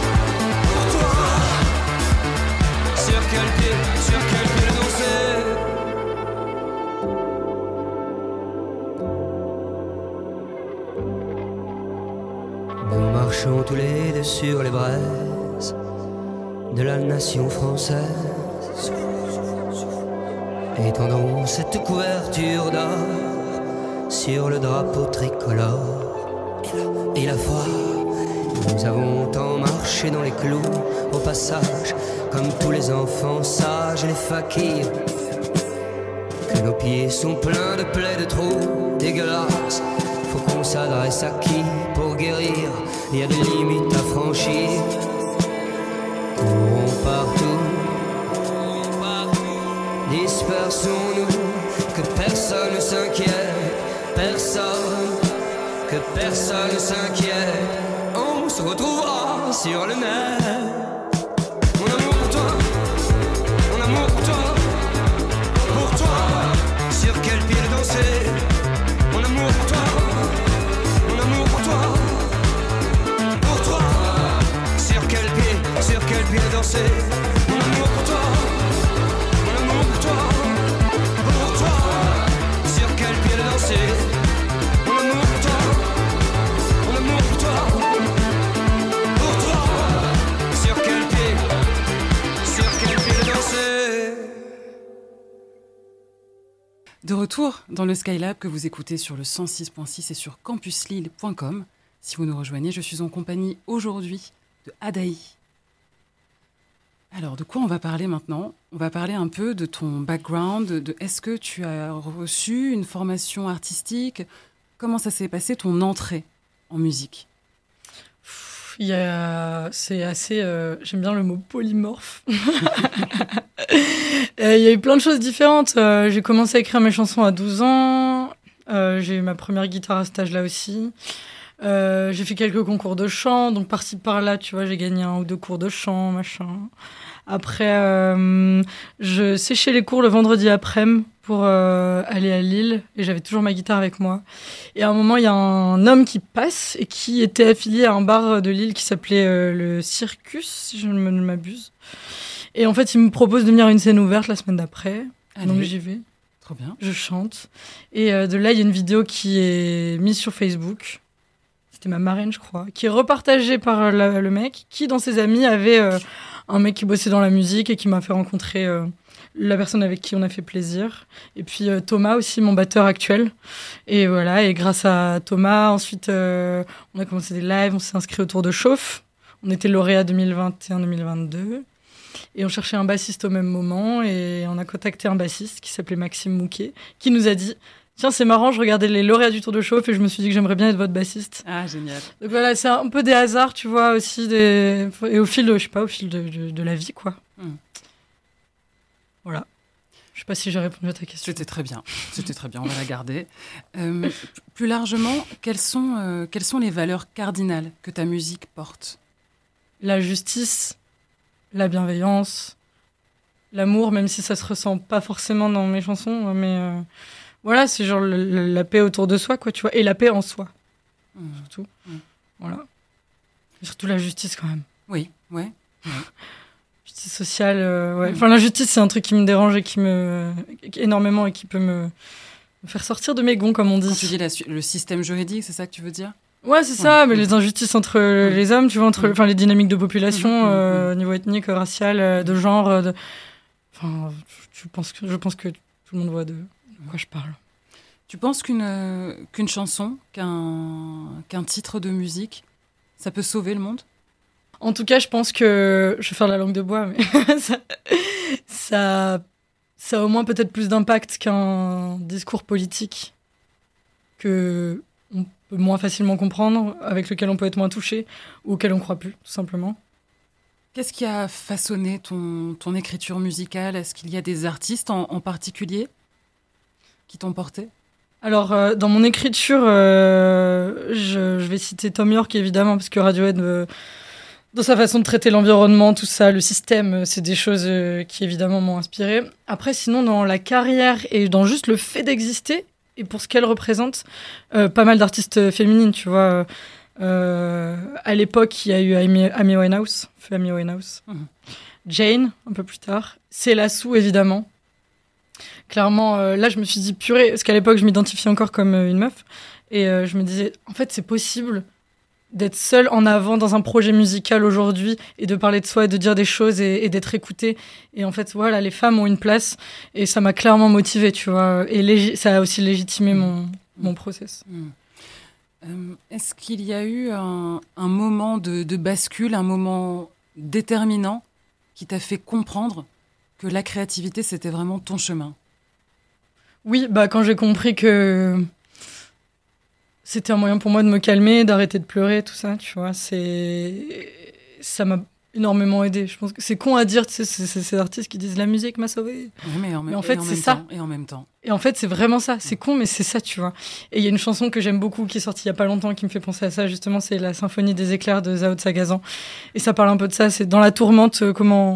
D: sur quel pied le danser? Nous marchons tous les deux sur les braises, de la nation française. Étendons cette couverture d'or sur le drapeau tricolore. Et la foi, nous avons tant marché dans les clous, au passage, comme tous les enfants sages et les fakirs, que nos pieds sont pleins de plaies, de trous dégueulasses. Faut qu'on s'adresse à qui pour guérir? Il y a des limites à franchir. Courons partout, dispersons-nous, que personne ne s'inquiète, que personne ne s'inquiète. On se retrouvera sur le net. Mon amour pour toi, mon amour pour toi, sur quel pied danser? Mon amour pour toi, mon amour pour toi, sur quel pied danser? Mon amour pour toi, mon amour pour toi, sur quel pied danser? Mon amour pour toi, mon amour pour toi, sur quel pied danser?
A: De retour dans le Skylab que vous écoutez sur le 106.6 et sur campuslille.com. Si vous nous rejoignez, je suis en compagnie aujourd'hui de Adaï. Alors, de quoi on va parler maintenant? On va parler un peu de ton background, de est-ce que tu as reçu une formation artistique? Comment ça s'est passé ton entrée en musique?
B: C'est assez... j'aime bien le mot polymorphe. Il y a eu plein de choses différentes. J'ai commencé à écrire mes chansons à 12 ans. J'ai eu ma première guitare à cet âge-là aussi. J'ai fait quelques concours de chant, donc par-ci par-là, tu vois, j'ai gagné 1 ou 2 cours de chant, machin. Après, je séchais les cours le vendredi après-midi pour aller à Lille, et j'avais toujours ma guitare avec moi. Et à un moment, il y a un homme qui passe et qui était affilié à un bar de Lille qui s'appelait le Circus, si je ne m'abuse. Et en fait, il me propose de venir à une scène ouverte la semaine d'après, donc j'y vais.
A: Trop bien.
B: Je chante. Et de là, il y a une vidéo qui est mise sur Facebook. C'était ma marraine, je crois, qui est repartagée par le mec, qui, dans ses amis, avait un mec qui bossait dans la musique et qui m'a fait rencontrer la personne avec qui on a fait plaisir. Et puis Thomas aussi, mon batteur actuel. Et voilà, et grâce à Thomas, ensuite, on a commencé des lives, on s'est inscrit au Tour de Chauffe. On était lauréat 2021-2022. Et on cherchait un bassiste au même moment. Et on a contacté un bassiste qui s'appelait Maxime Mouquet, qui nous a dit... Tiens, c'est marrant, je regardais les lauréats du Tour de Chauffe et je me suis dit que j'aimerais bien être votre bassiste.
A: Ah, génial.
B: Donc voilà, c'est un peu des hasards, tu vois, aussi. Et au fil de la vie, quoi. Voilà. Je sais pas si j'ai répondu à ta question.
A: C'était très bien, on va la garder. Plus largement, quelles sont les valeurs cardinales que ta musique porte?
B: La justice, la bienveillance, l'amour, même si ça se ressent pas forcément dans mes chansons, mais... Voilà, c'est genre la paix autour de soi, quoi, tu vois, et la paix en soi, surtout. Voilà. Et surtout la justice, quand même.
A: Oui, ouais.
B: Justice sociale, ouais. Enfin, la justice, c'est un truc qui me dérange et énormément et qui peut me faire sortir de mes gonds, comme on dit.
A: Quand tu dis le système jurididique, c'est ça que tu veux dire?
B: Ouais, c'est ça, mais les injustices entre les hommes, tu vois, enfin, les dynamiques de population, au niveau ethnique, racial, de genre, enfin, je pense que tout le monde voit de quoi je parle.
A: Tu penses qu'une chanson, qu'un titre de musique, ça peut sauver le monde?
B: En tout cas, je pense que... Je vais faire la langue de bois, mais ça a au moins peut-être plus d'impact qu'un discours politique que on peut moins facilement comprendre, avec lequel on peut être moins touché, ou auquel on ne croit plus, tout simplement.
A: Qu'est-ce qui a façonné ton écriture musicale? Est-ce qu'il y a des artistes en particulier qui t'ont porté?
B: Alors, dans mon écriture, je vais citer Thom Yorke, évidemment, parce que Radiohead, dans sa façon de traiter l'environnement, tout ça, le système, c'est des choses qui, évidemment, m'ont inspirée. Après, sinon, dans la carrière et dans juste le fait d'exister, et pour ce qu'elle représente, pas mal d'artistes féminines, tu vois. À l'époque, il y a eu Amy Winehouse, Jane, un peu plus tard. Céla Sou, évidemment. Clairement, là, je me suis dit purée, parce qu'à l'époque, je m'identifiais encore comme une meuf. Et je me disais, en fait, c'est possible d'être seul en avant dans un projet musical aujourd'hui et de parler de soi et de dire des choses et d'être écouté. Et en fait, voilà, les femmes ont une place et ça m'a clairement motivée, tu vois. Et ça a aussi légitimé mon process.
A: Est-ce qu'il y a eu un moment de bascule, un moment déterminant qui t'a fait comprendre que la créativité, c'était vraiment ton chemin?
B: Oui, quand j'ai compris que c'était un moyen pour moi de me calmer, d'arrêter de pleurer, tout ça, tu vois, ça m'a énormément aidé. Je pense que c'est con à dire, tu sais, c'est ces artistes qui disent la musique m'a sauvé.
A: Oui, mais en
B: fait, c'est ça.
A: Et en même temps.
B: Et en fait, c'est vraiment ça. C'est con, mais c'est ça, tu vois. Et il y a une chanson que j'aime beaucoup qui est sortie il y a pas longtemps qui me fait penser à ça, justement, c'est la Symphonie des éclairs de Zao de Sagazan. Et ça parle un peu de ça. C'est dans la tourmente, comment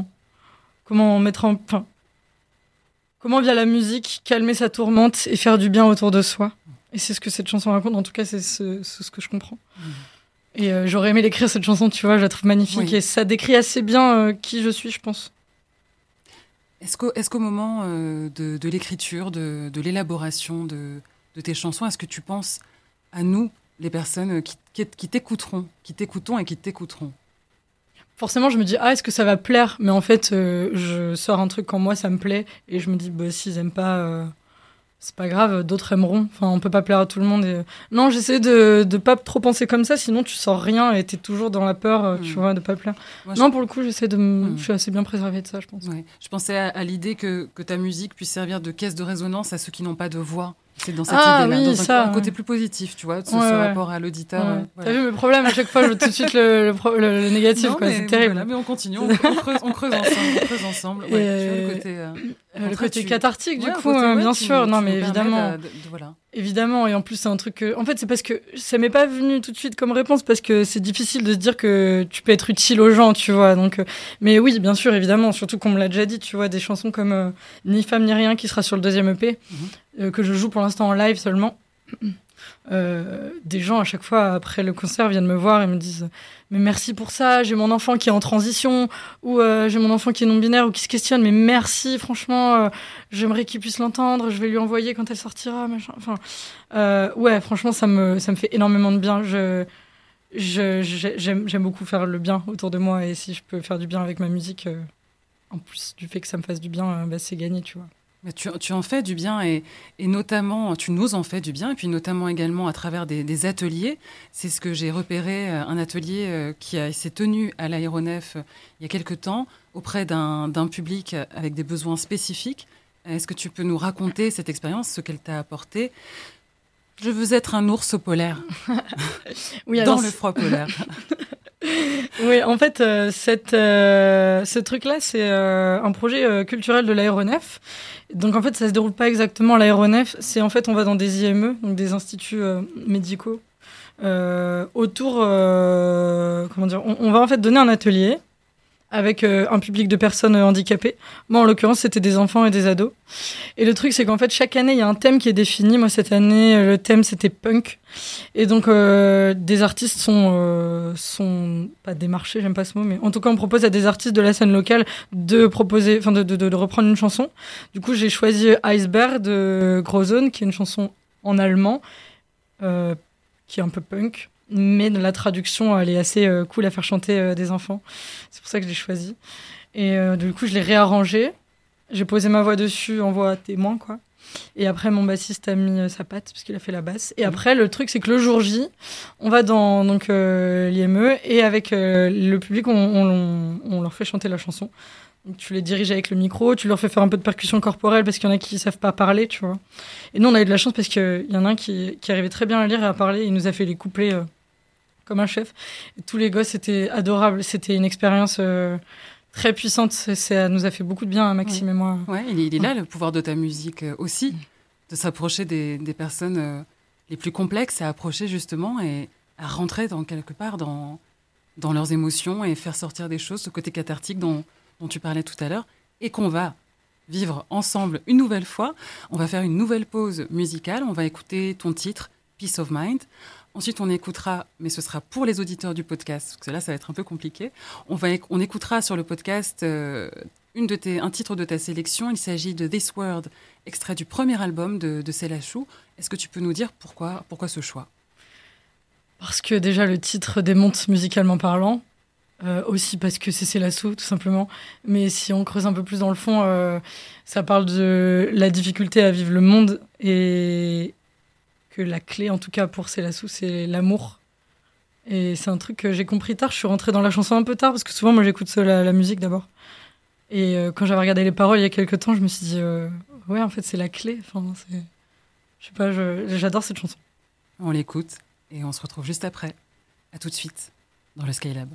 B: comment via la musique calmer sa tourmente et faire du bien autour de soi. Et c'est ce que cette chanson raconte. En tout cas, c'est ce que je comprends. Et j'aurais aimé l'écrire, cette chanson, tu vois, je la trouve magnifique. Et ça décrit assez bien qui je suis, je pense.
A: Est-ce qu'au moment de l'écriture, de l'élaboration de tes chansons, est-ce que tu penses à nous, les personnes qui t'écouteront et qui t'écouteront?
B: Forcément, je me dis, est-ce que ça va plaire? Mais en fait, je sors un truc quand moi, ça me plaît. Et je me dis, s'ils aiment pas, c'est pas grave, d'autres aimeront. Enfin, on peut pas plaire à tout le monde. Et... Non, j'essaie de pas trop penser comme ça, sinon tu sors rien et t'es toujours dans la peur, tu vois, de pas plaire. Moi, pour le coup, je suis assez bien préservée de ça, je pense.
A: Ouais. Je pensais à l'idée que ta musique puisse servir de caisse de résonance à ceux qui n'ont pas de voix. C'est dans cette idée-là, dans un côté plus positif, tu vois, ce rapport à l'auditeur.
B: Ouais. Voilà. T'as vu mes problèmes, à chaque fois, je veux tout de suite le négatif,
A: non,
B: quoi. C'est terrible.
A: Voilà, mais on continue, on creuse ensemble. Ouais, tu vois,
B: le côté cathartique, du coup, bien sûr. Non, mais évidemment.
A: Voilà.
B: Évidemment, et en plus, c'est un truc que... En fait, c'est parce que ça m'est pas venu tout de suite comme réponse, parce que c'est difficile de se dire que tu peux être utile aux gens, tu vois. Donc, mais oui, bien sûr, évidemment, surtout qu'on me l'a déjà dit, tu vois, des chansons comme Ni femme ni rien, qui sera sur le 2e EP, que je joue pour l'instant en live seulement. Des gens, à chaque fois, après le concert, viennent me voir et me disent « Mais merci pour ça, j'ai mon enfant qui est en transition, ou j'ai mon enfant qui est non-binaire, ou qui se questionne, mais merci, franchement, j'aimerais qu'il puisse l'entendre, je vais lui envoyer quand elle sortira, machin. » Enfin, ouais, franchement, ça me fait énormément de bien. J'aime beaucoup faire le bien autour de moi, et si je peux faire du bien avec ma musique, en plus du fait que ça me fasse du bien, c'est gagné, tu vois.
A: Tu en fais du bien et notamment, tu nous en fais du bien, et puis notamment également à travers des ateliers. C'est ce que j'ai repéré, un atelier qui s'est tenu à l'Aéronef il y a quelque temps auprès d'un public avec des besoins spécifiques. Est-ce que tu peux nous raconter cette expérience, ce qu'elle t'a apporté? Je veux être un ours polaire. Oui, dans le froid polaire.
B: Oui, en fait, ce truc-là, c'est un projet culturel de l'Aéronef. Donc, en fait, ça se déroule pas exactement à l'Aéronef. C'est en fait, on va dans des IME, donc des instituts médicaux, autour. Comment dire, on va en fait donner un atelier avec un public de personnes handicapées. Moi, en l'occurrence, c'était des enfants et des ados. Et le truc, c'est qu'en fait, chaque année, il y a un thème qui est défini. Moi, cette année, le thème, c'était punk. Et donc, des artistes sont pas démarchés, j'aime pas ce mot, mais en tout cas, on propose à des artistes de la scène locale de proposer, enfin, de reprendre une chanson. Du coup, j'ai choisi Iceberg de Grozone, qui est une chanson en allemand, qui est un peu punk. Mais la traduction, elle est assez cool à faire chanter des enfants. C'est pour ça que je l'ai choisi. Et du coup, je l'ai réarrangé. J'ai posé ma voix dessus en voix témoin, quoi. Et après, mon bassiste a mis sa patte, parce qu'il a fait la basse. Et après, le truc, c'est que le jour J, on va dans l'IME, et avec le public, on leur fait chanter la chanson. Donc, tu les diriges avec le micro, tu leur fais faire un peu de percussion corporelle, parce qu'il y en a qui ne savent pas parler, tu vois. Et nous, on a eu de la chance, parce qu'il y en a un qui arrivait très bien à lire et à parler. Il nous a fait les couplets comme un chef. Et tous les gosses, c'était adorable. C'était une expérience très puissante. Ça nous a fait beaucoup de bien, Maxime et moi.
A: Ouais, il est là, le pouvoir de ta musique aussi, de s'approcher des personnes les plus complexes, à approcher justement et à rentrer quelque part dans leurs émotions et faire sortir des choses, ce côté cathartique dont tu parlais tout à l'heure, et qu'on va vivre ensemble une nouvelle fois. On va faire une nouvelle pause musicale. On va écouter ton titre, Peace of Mind. Ensuite, on écoutera, mais ce sera pour les auditeurs du podcast, parce que là, ça va être un peu compliqué. On écoutera sur le podcast un titre de ta sélection. Il s'agit de This World, extrait du premier album de Céla Chou. Est-ce que tu peux nous dire pourquoi ce choix ?
B: Parce que déjà, le titre démonte musicalement parlant. Aussi parce que c'est Célassou, tout simplement. Mais si on creuse un peu plus dans le fond, ça parle de la difficulté à vivre le monde et que la clé, en tout cas pour Célassou, c'est l'amour. Et c'est un truc que j'ai compris tard. Je suis rentrée dans la chanson un peu tard parce que souvent, moi, j'écoute la musique d'abord. Et quand j'avais regardé les paroles il y a quelques temps, je me suis dit, ouais, en fait, c'est la clé. Enfin, je sais pas, j'adore cette chanson.
A: On l'écoute et on se retrouve juste après. À tout de suite dans le Skylab.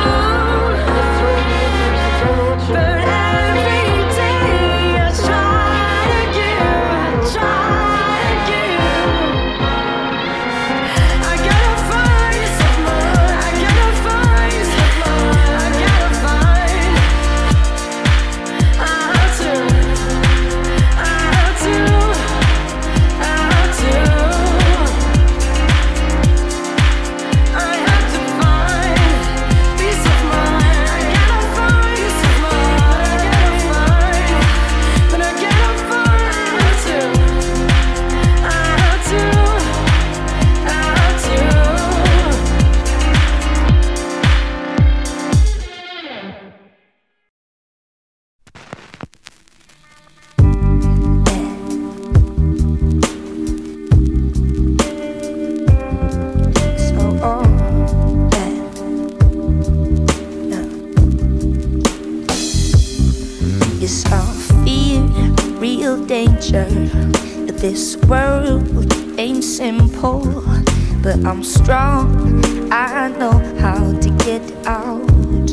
C: Try
E: real danger. This world ain't simple, but I'm strong, I know how to get out.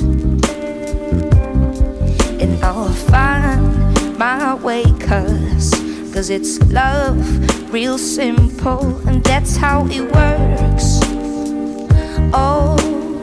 E: And I'll find my way, cause it's love, real simple, and that's how it works. Oh,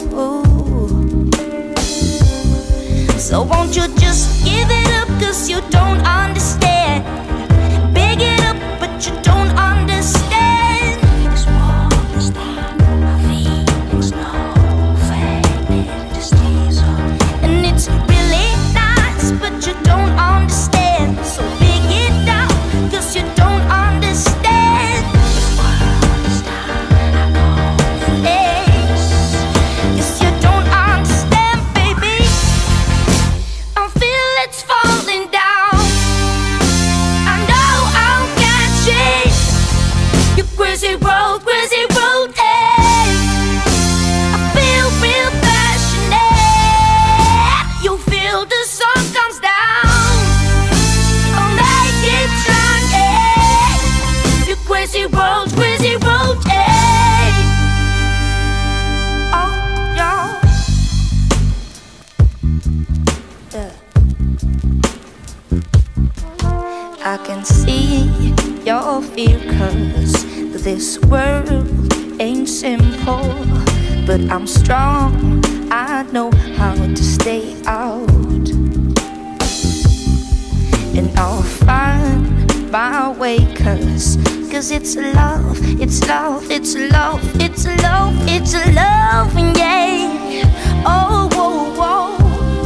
E: so won't you just give it up, cause you don't understand. Big it up, but you don't understand. Just won't stand my feelings, no fake stays up. And it's really nice, but you don't understand. So big it up, cause you don't understand. Just won't stand, I know. Cause you don't understand, baby. I feel it's falling down. I know I'll catch it. You crazy road, hey. I feel real passionate. You feel the sun comes down. I'll make it shine, hey. You crazy road, hey. Oh, y'all. Yeah. I can see your fear, cause this world ain't simple, but I'm strong, I know how to stay out. And I'll find my way, cause it's love, it's love, it's love, it's love, it's love, yeah. Oh, whoa, whoa.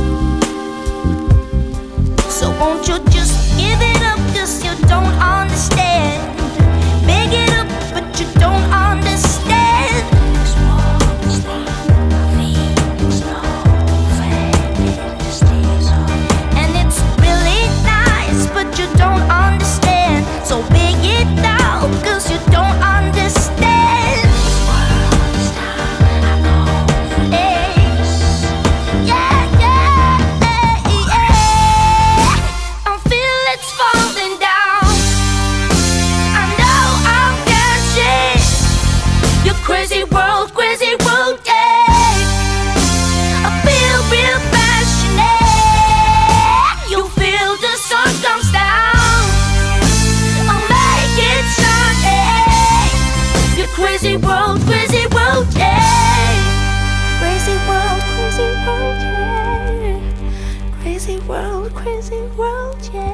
E: So won't you just give it up, cause you don't understand. Big it up, but you don't understand. Just won't stand my feelings, no fake stays up. And it's really nice, but you don't understand. So big it out, cause you don't understand. Just won't stand, I know. Yeah, yeah, yeah. I feel it's falling down. I know I'll catch it. Your crazy world, yeah. I feel real passionate. You feel the sun comes down. I'll make it shine, yeah. Your crazy world, yeah. Crazy world, yeah. Crazy world, yeah.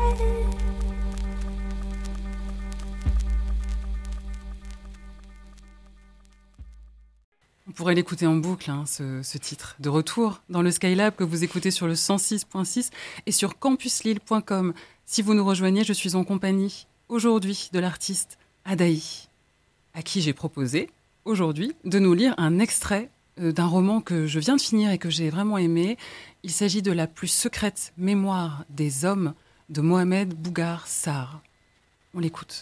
A: On pourrait l'écouter en boucle, hein, ce titre. De retour dans le Skylab que vous écoutez sur le 106.6 et sur campuslille.com. Si vous nous rejoignez, je suis en compagnie aujourd'hui de l'artiste Adaï, à qui j'ai proposé aujourd'hui de nous lire un extrait d'un roman que je viens de finir et que j'ai vraiment aimé. Il s'agit de La plus secrète mémoire des hommes de Mohamed Bougar Sarr. On l'écoute.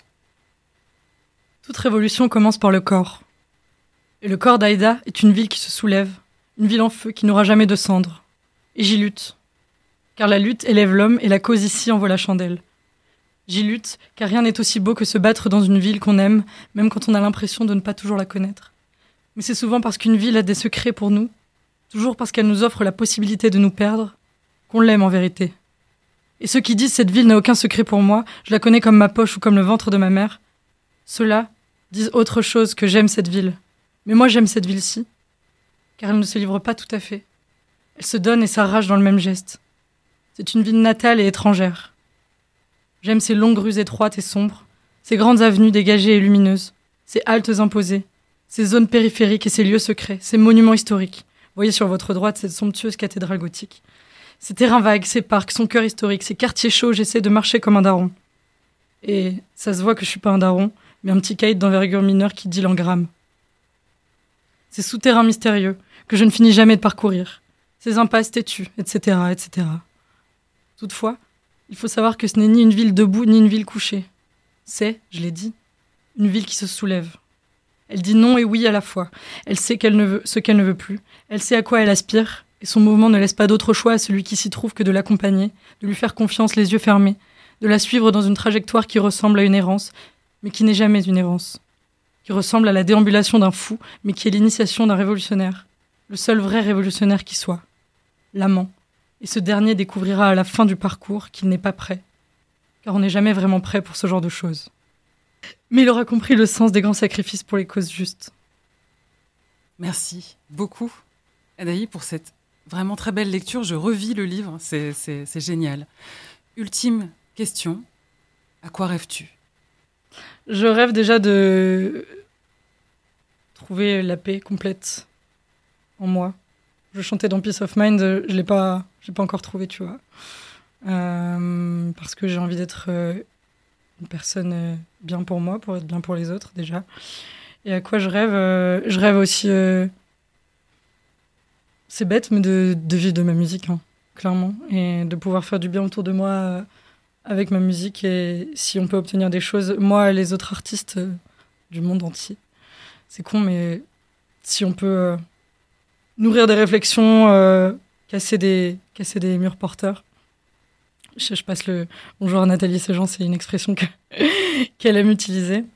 B: Toute révolution commence par le corps. Et le corps d'Aïda est une ville qui se soulève, une ville en feu qui n'aura jamais de cendres. Et j'y lutte. Car la lutte élève l'homme et la cause ici envoie la chandelle. J'y lutte car rien n'est aussi beau que se battre dans une ville qu'on aime, même quand on a l'impression de ne pas toujours la connaître. Mais c'est souvent parce qu'une ville a des secrets pour nous, toujours parce qu'elle nous offre la possibilité de nous perdre, qu'on l'aime en vérité. Et ceux qui disent « cette ville n'a aucun secret pour moi, je la connais comme ma poche ou comme le ventre de ma mère », ceux-là disent autre chose que « j'aime cette ville ». Mais moi j'aime cette ville-ci, car elle ne se livre pas tout à fait. Elle se donne et s'arrache dans le même geste. C'est une ville natale et étrangère. J'aime ces longues rues étroites et sombres, ces grandes avenues dégagées et lumineuses, ces haltes imposées, ces zones périphériques et ces lieux secrets, ces monuments historiques. Voyez sur votre droite cette somptueuse cathédrale gothique. Ces terrains vagues, ces parcs, son cœur historique, ces quartiers chauds, j'essaie de marcher comme un daron. Et ça se voit que je suis pas un daron, mais un petit caïd d'envergure mineure qui deal en grammes. Ces souterrains mystérieux que je ne finis jamais de parcourir, ces impasses têtues, etc., etc. Toutefois, il faut savoir que ce n'est ni une ville debout ni une ville couchée. C'est, je l'ai dit, une ville qui se soulève. Elle dit non et oui à la fois. Elle sait ce qu'elle ne veut plus. Elle sait à quoi elle aspire. Et son mouvement ne laisse pas d'autre choix à celui qui s'y trouve que de l'accompagner, de lui faire confiance les yeux fermés, de la suivre dans une trajectoire qui ressemble à une errance, mais qui n'est jamais une errance, qui ressemble à la déambulation d'un fou, mais qui est l'initiation d'un révolutionnaire, le seul vrai révolutionnaire qui soit, l'amant. Et ce dernier découvrira à la fin du parcours qu'il n'est pas prêt, car on n'est jamais vraiment prêt pour ce genre de choses. Mais il aura compris le sens des grands sacrifices pour les causes justes.
A: Merci beaucoup, Adaï, pour cette vraiment très belle lecture. Je revis le livre, c'est génial. Ultime question, à quoi rêves-tu ?
B: Je rêve déjà de trouver la paix complète en moi. Je chantais dans Peace of Mind, je l'ai pas encore trouvé, tu vois. Parce que j'ai envie d'être une personne bien pour moi, pour être bien pour les autres déjà. Et à quoi je rêve ? Je rêve aussi, c'est bête, mais de vivre de ma musique, hein, clairement. Et de pouvoir faire du bien autour de moi avec ma musique. Et si on peut obtenir des choses, moi et les autres artistes du monde entier. C'est con, mais si on peut nourrir des réflexions, casser des murs porteurs. Je passe le bonjour à Nathalie Sejean, c'est une expression qu'elle aime utiliser,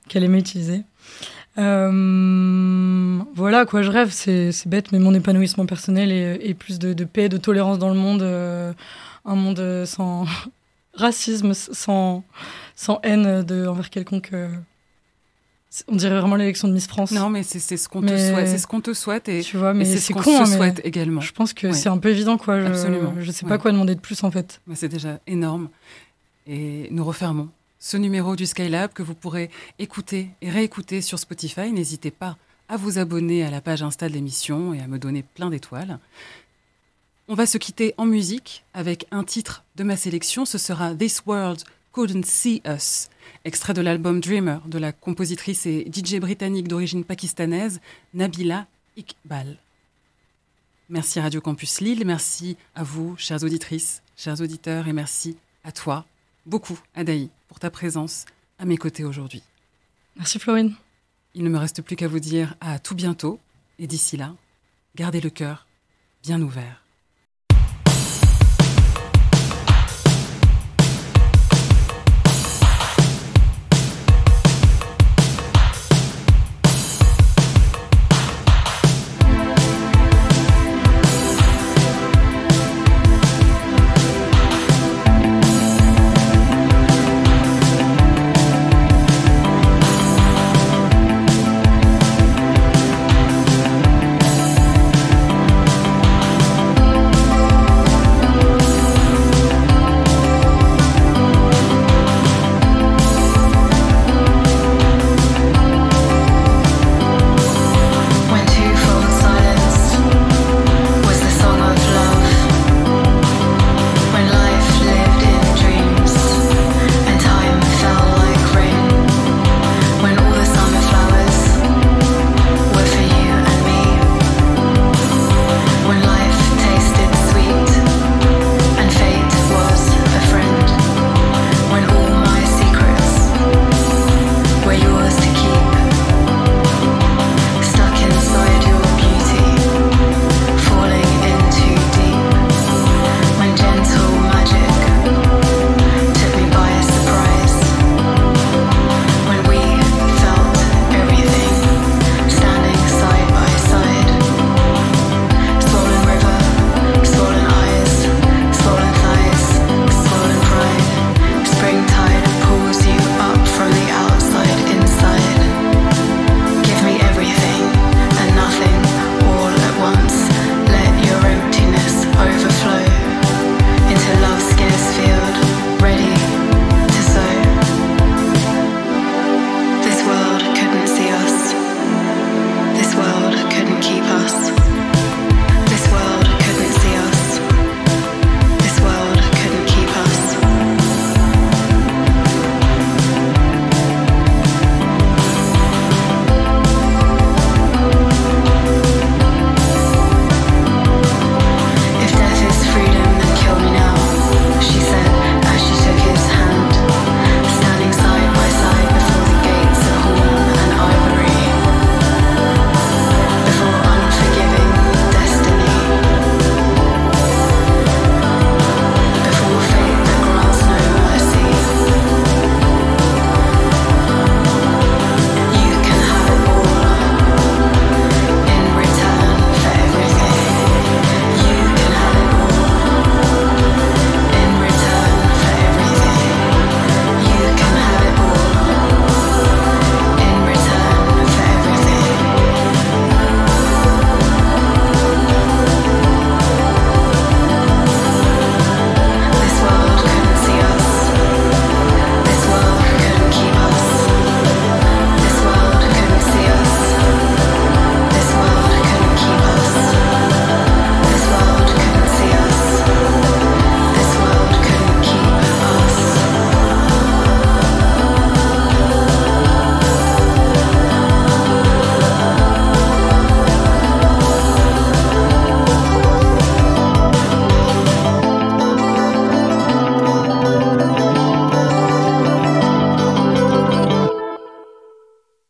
B: Voilà, quoi, je rêve, c'est bête, mais mon épanouissement personnel et plus de paix, de tolérance dans le monde, un monde sans racisme, sans haine envers quelconque. On dirait vraiment l'élection de Miss France.
A: Non, mais c'est ce qu'on te souhaite, c'est ce qu'on te souhaite et,
B: tu vois, mais
A: et c'est
B: c'est
A: ce qu'on
B: con,
A: se
B: mais
A: souhaite également.
B: Je pense que
A: Ouais.
B: c'est un peu évident, quoi.
A: Absolument.
B: Je sais pas quoi demander de plus, en fait.
A: Mais c'est déjà énorme. Et nous refermons ce numéro du Skylab que vous pourrez écouter et réécouter sur Spotify. N'hésitez pas à vous abonner à la page Insta de l'émission et à me donner plein d'étoiles. On va se quitter en musique avec un titre de ma sélection. Ce sera This World Couldn't See Us, extrait de l'album Dreamer de la compositrice et DJ britannique d'origine pakistanaise Nabila Iqbal. Merci Radio Campus Lille, merci à vous, chères auditrices, chers auditeurs, et merci à toi, beaucoup, Adaï, pour ta présence à mes côtés aujourd'hui.
B: Merci, Florine.
A: Il ne me reste plus qu'à vous dire à tout bientôt, et d'ici là, gardez le cœur bien ouvert.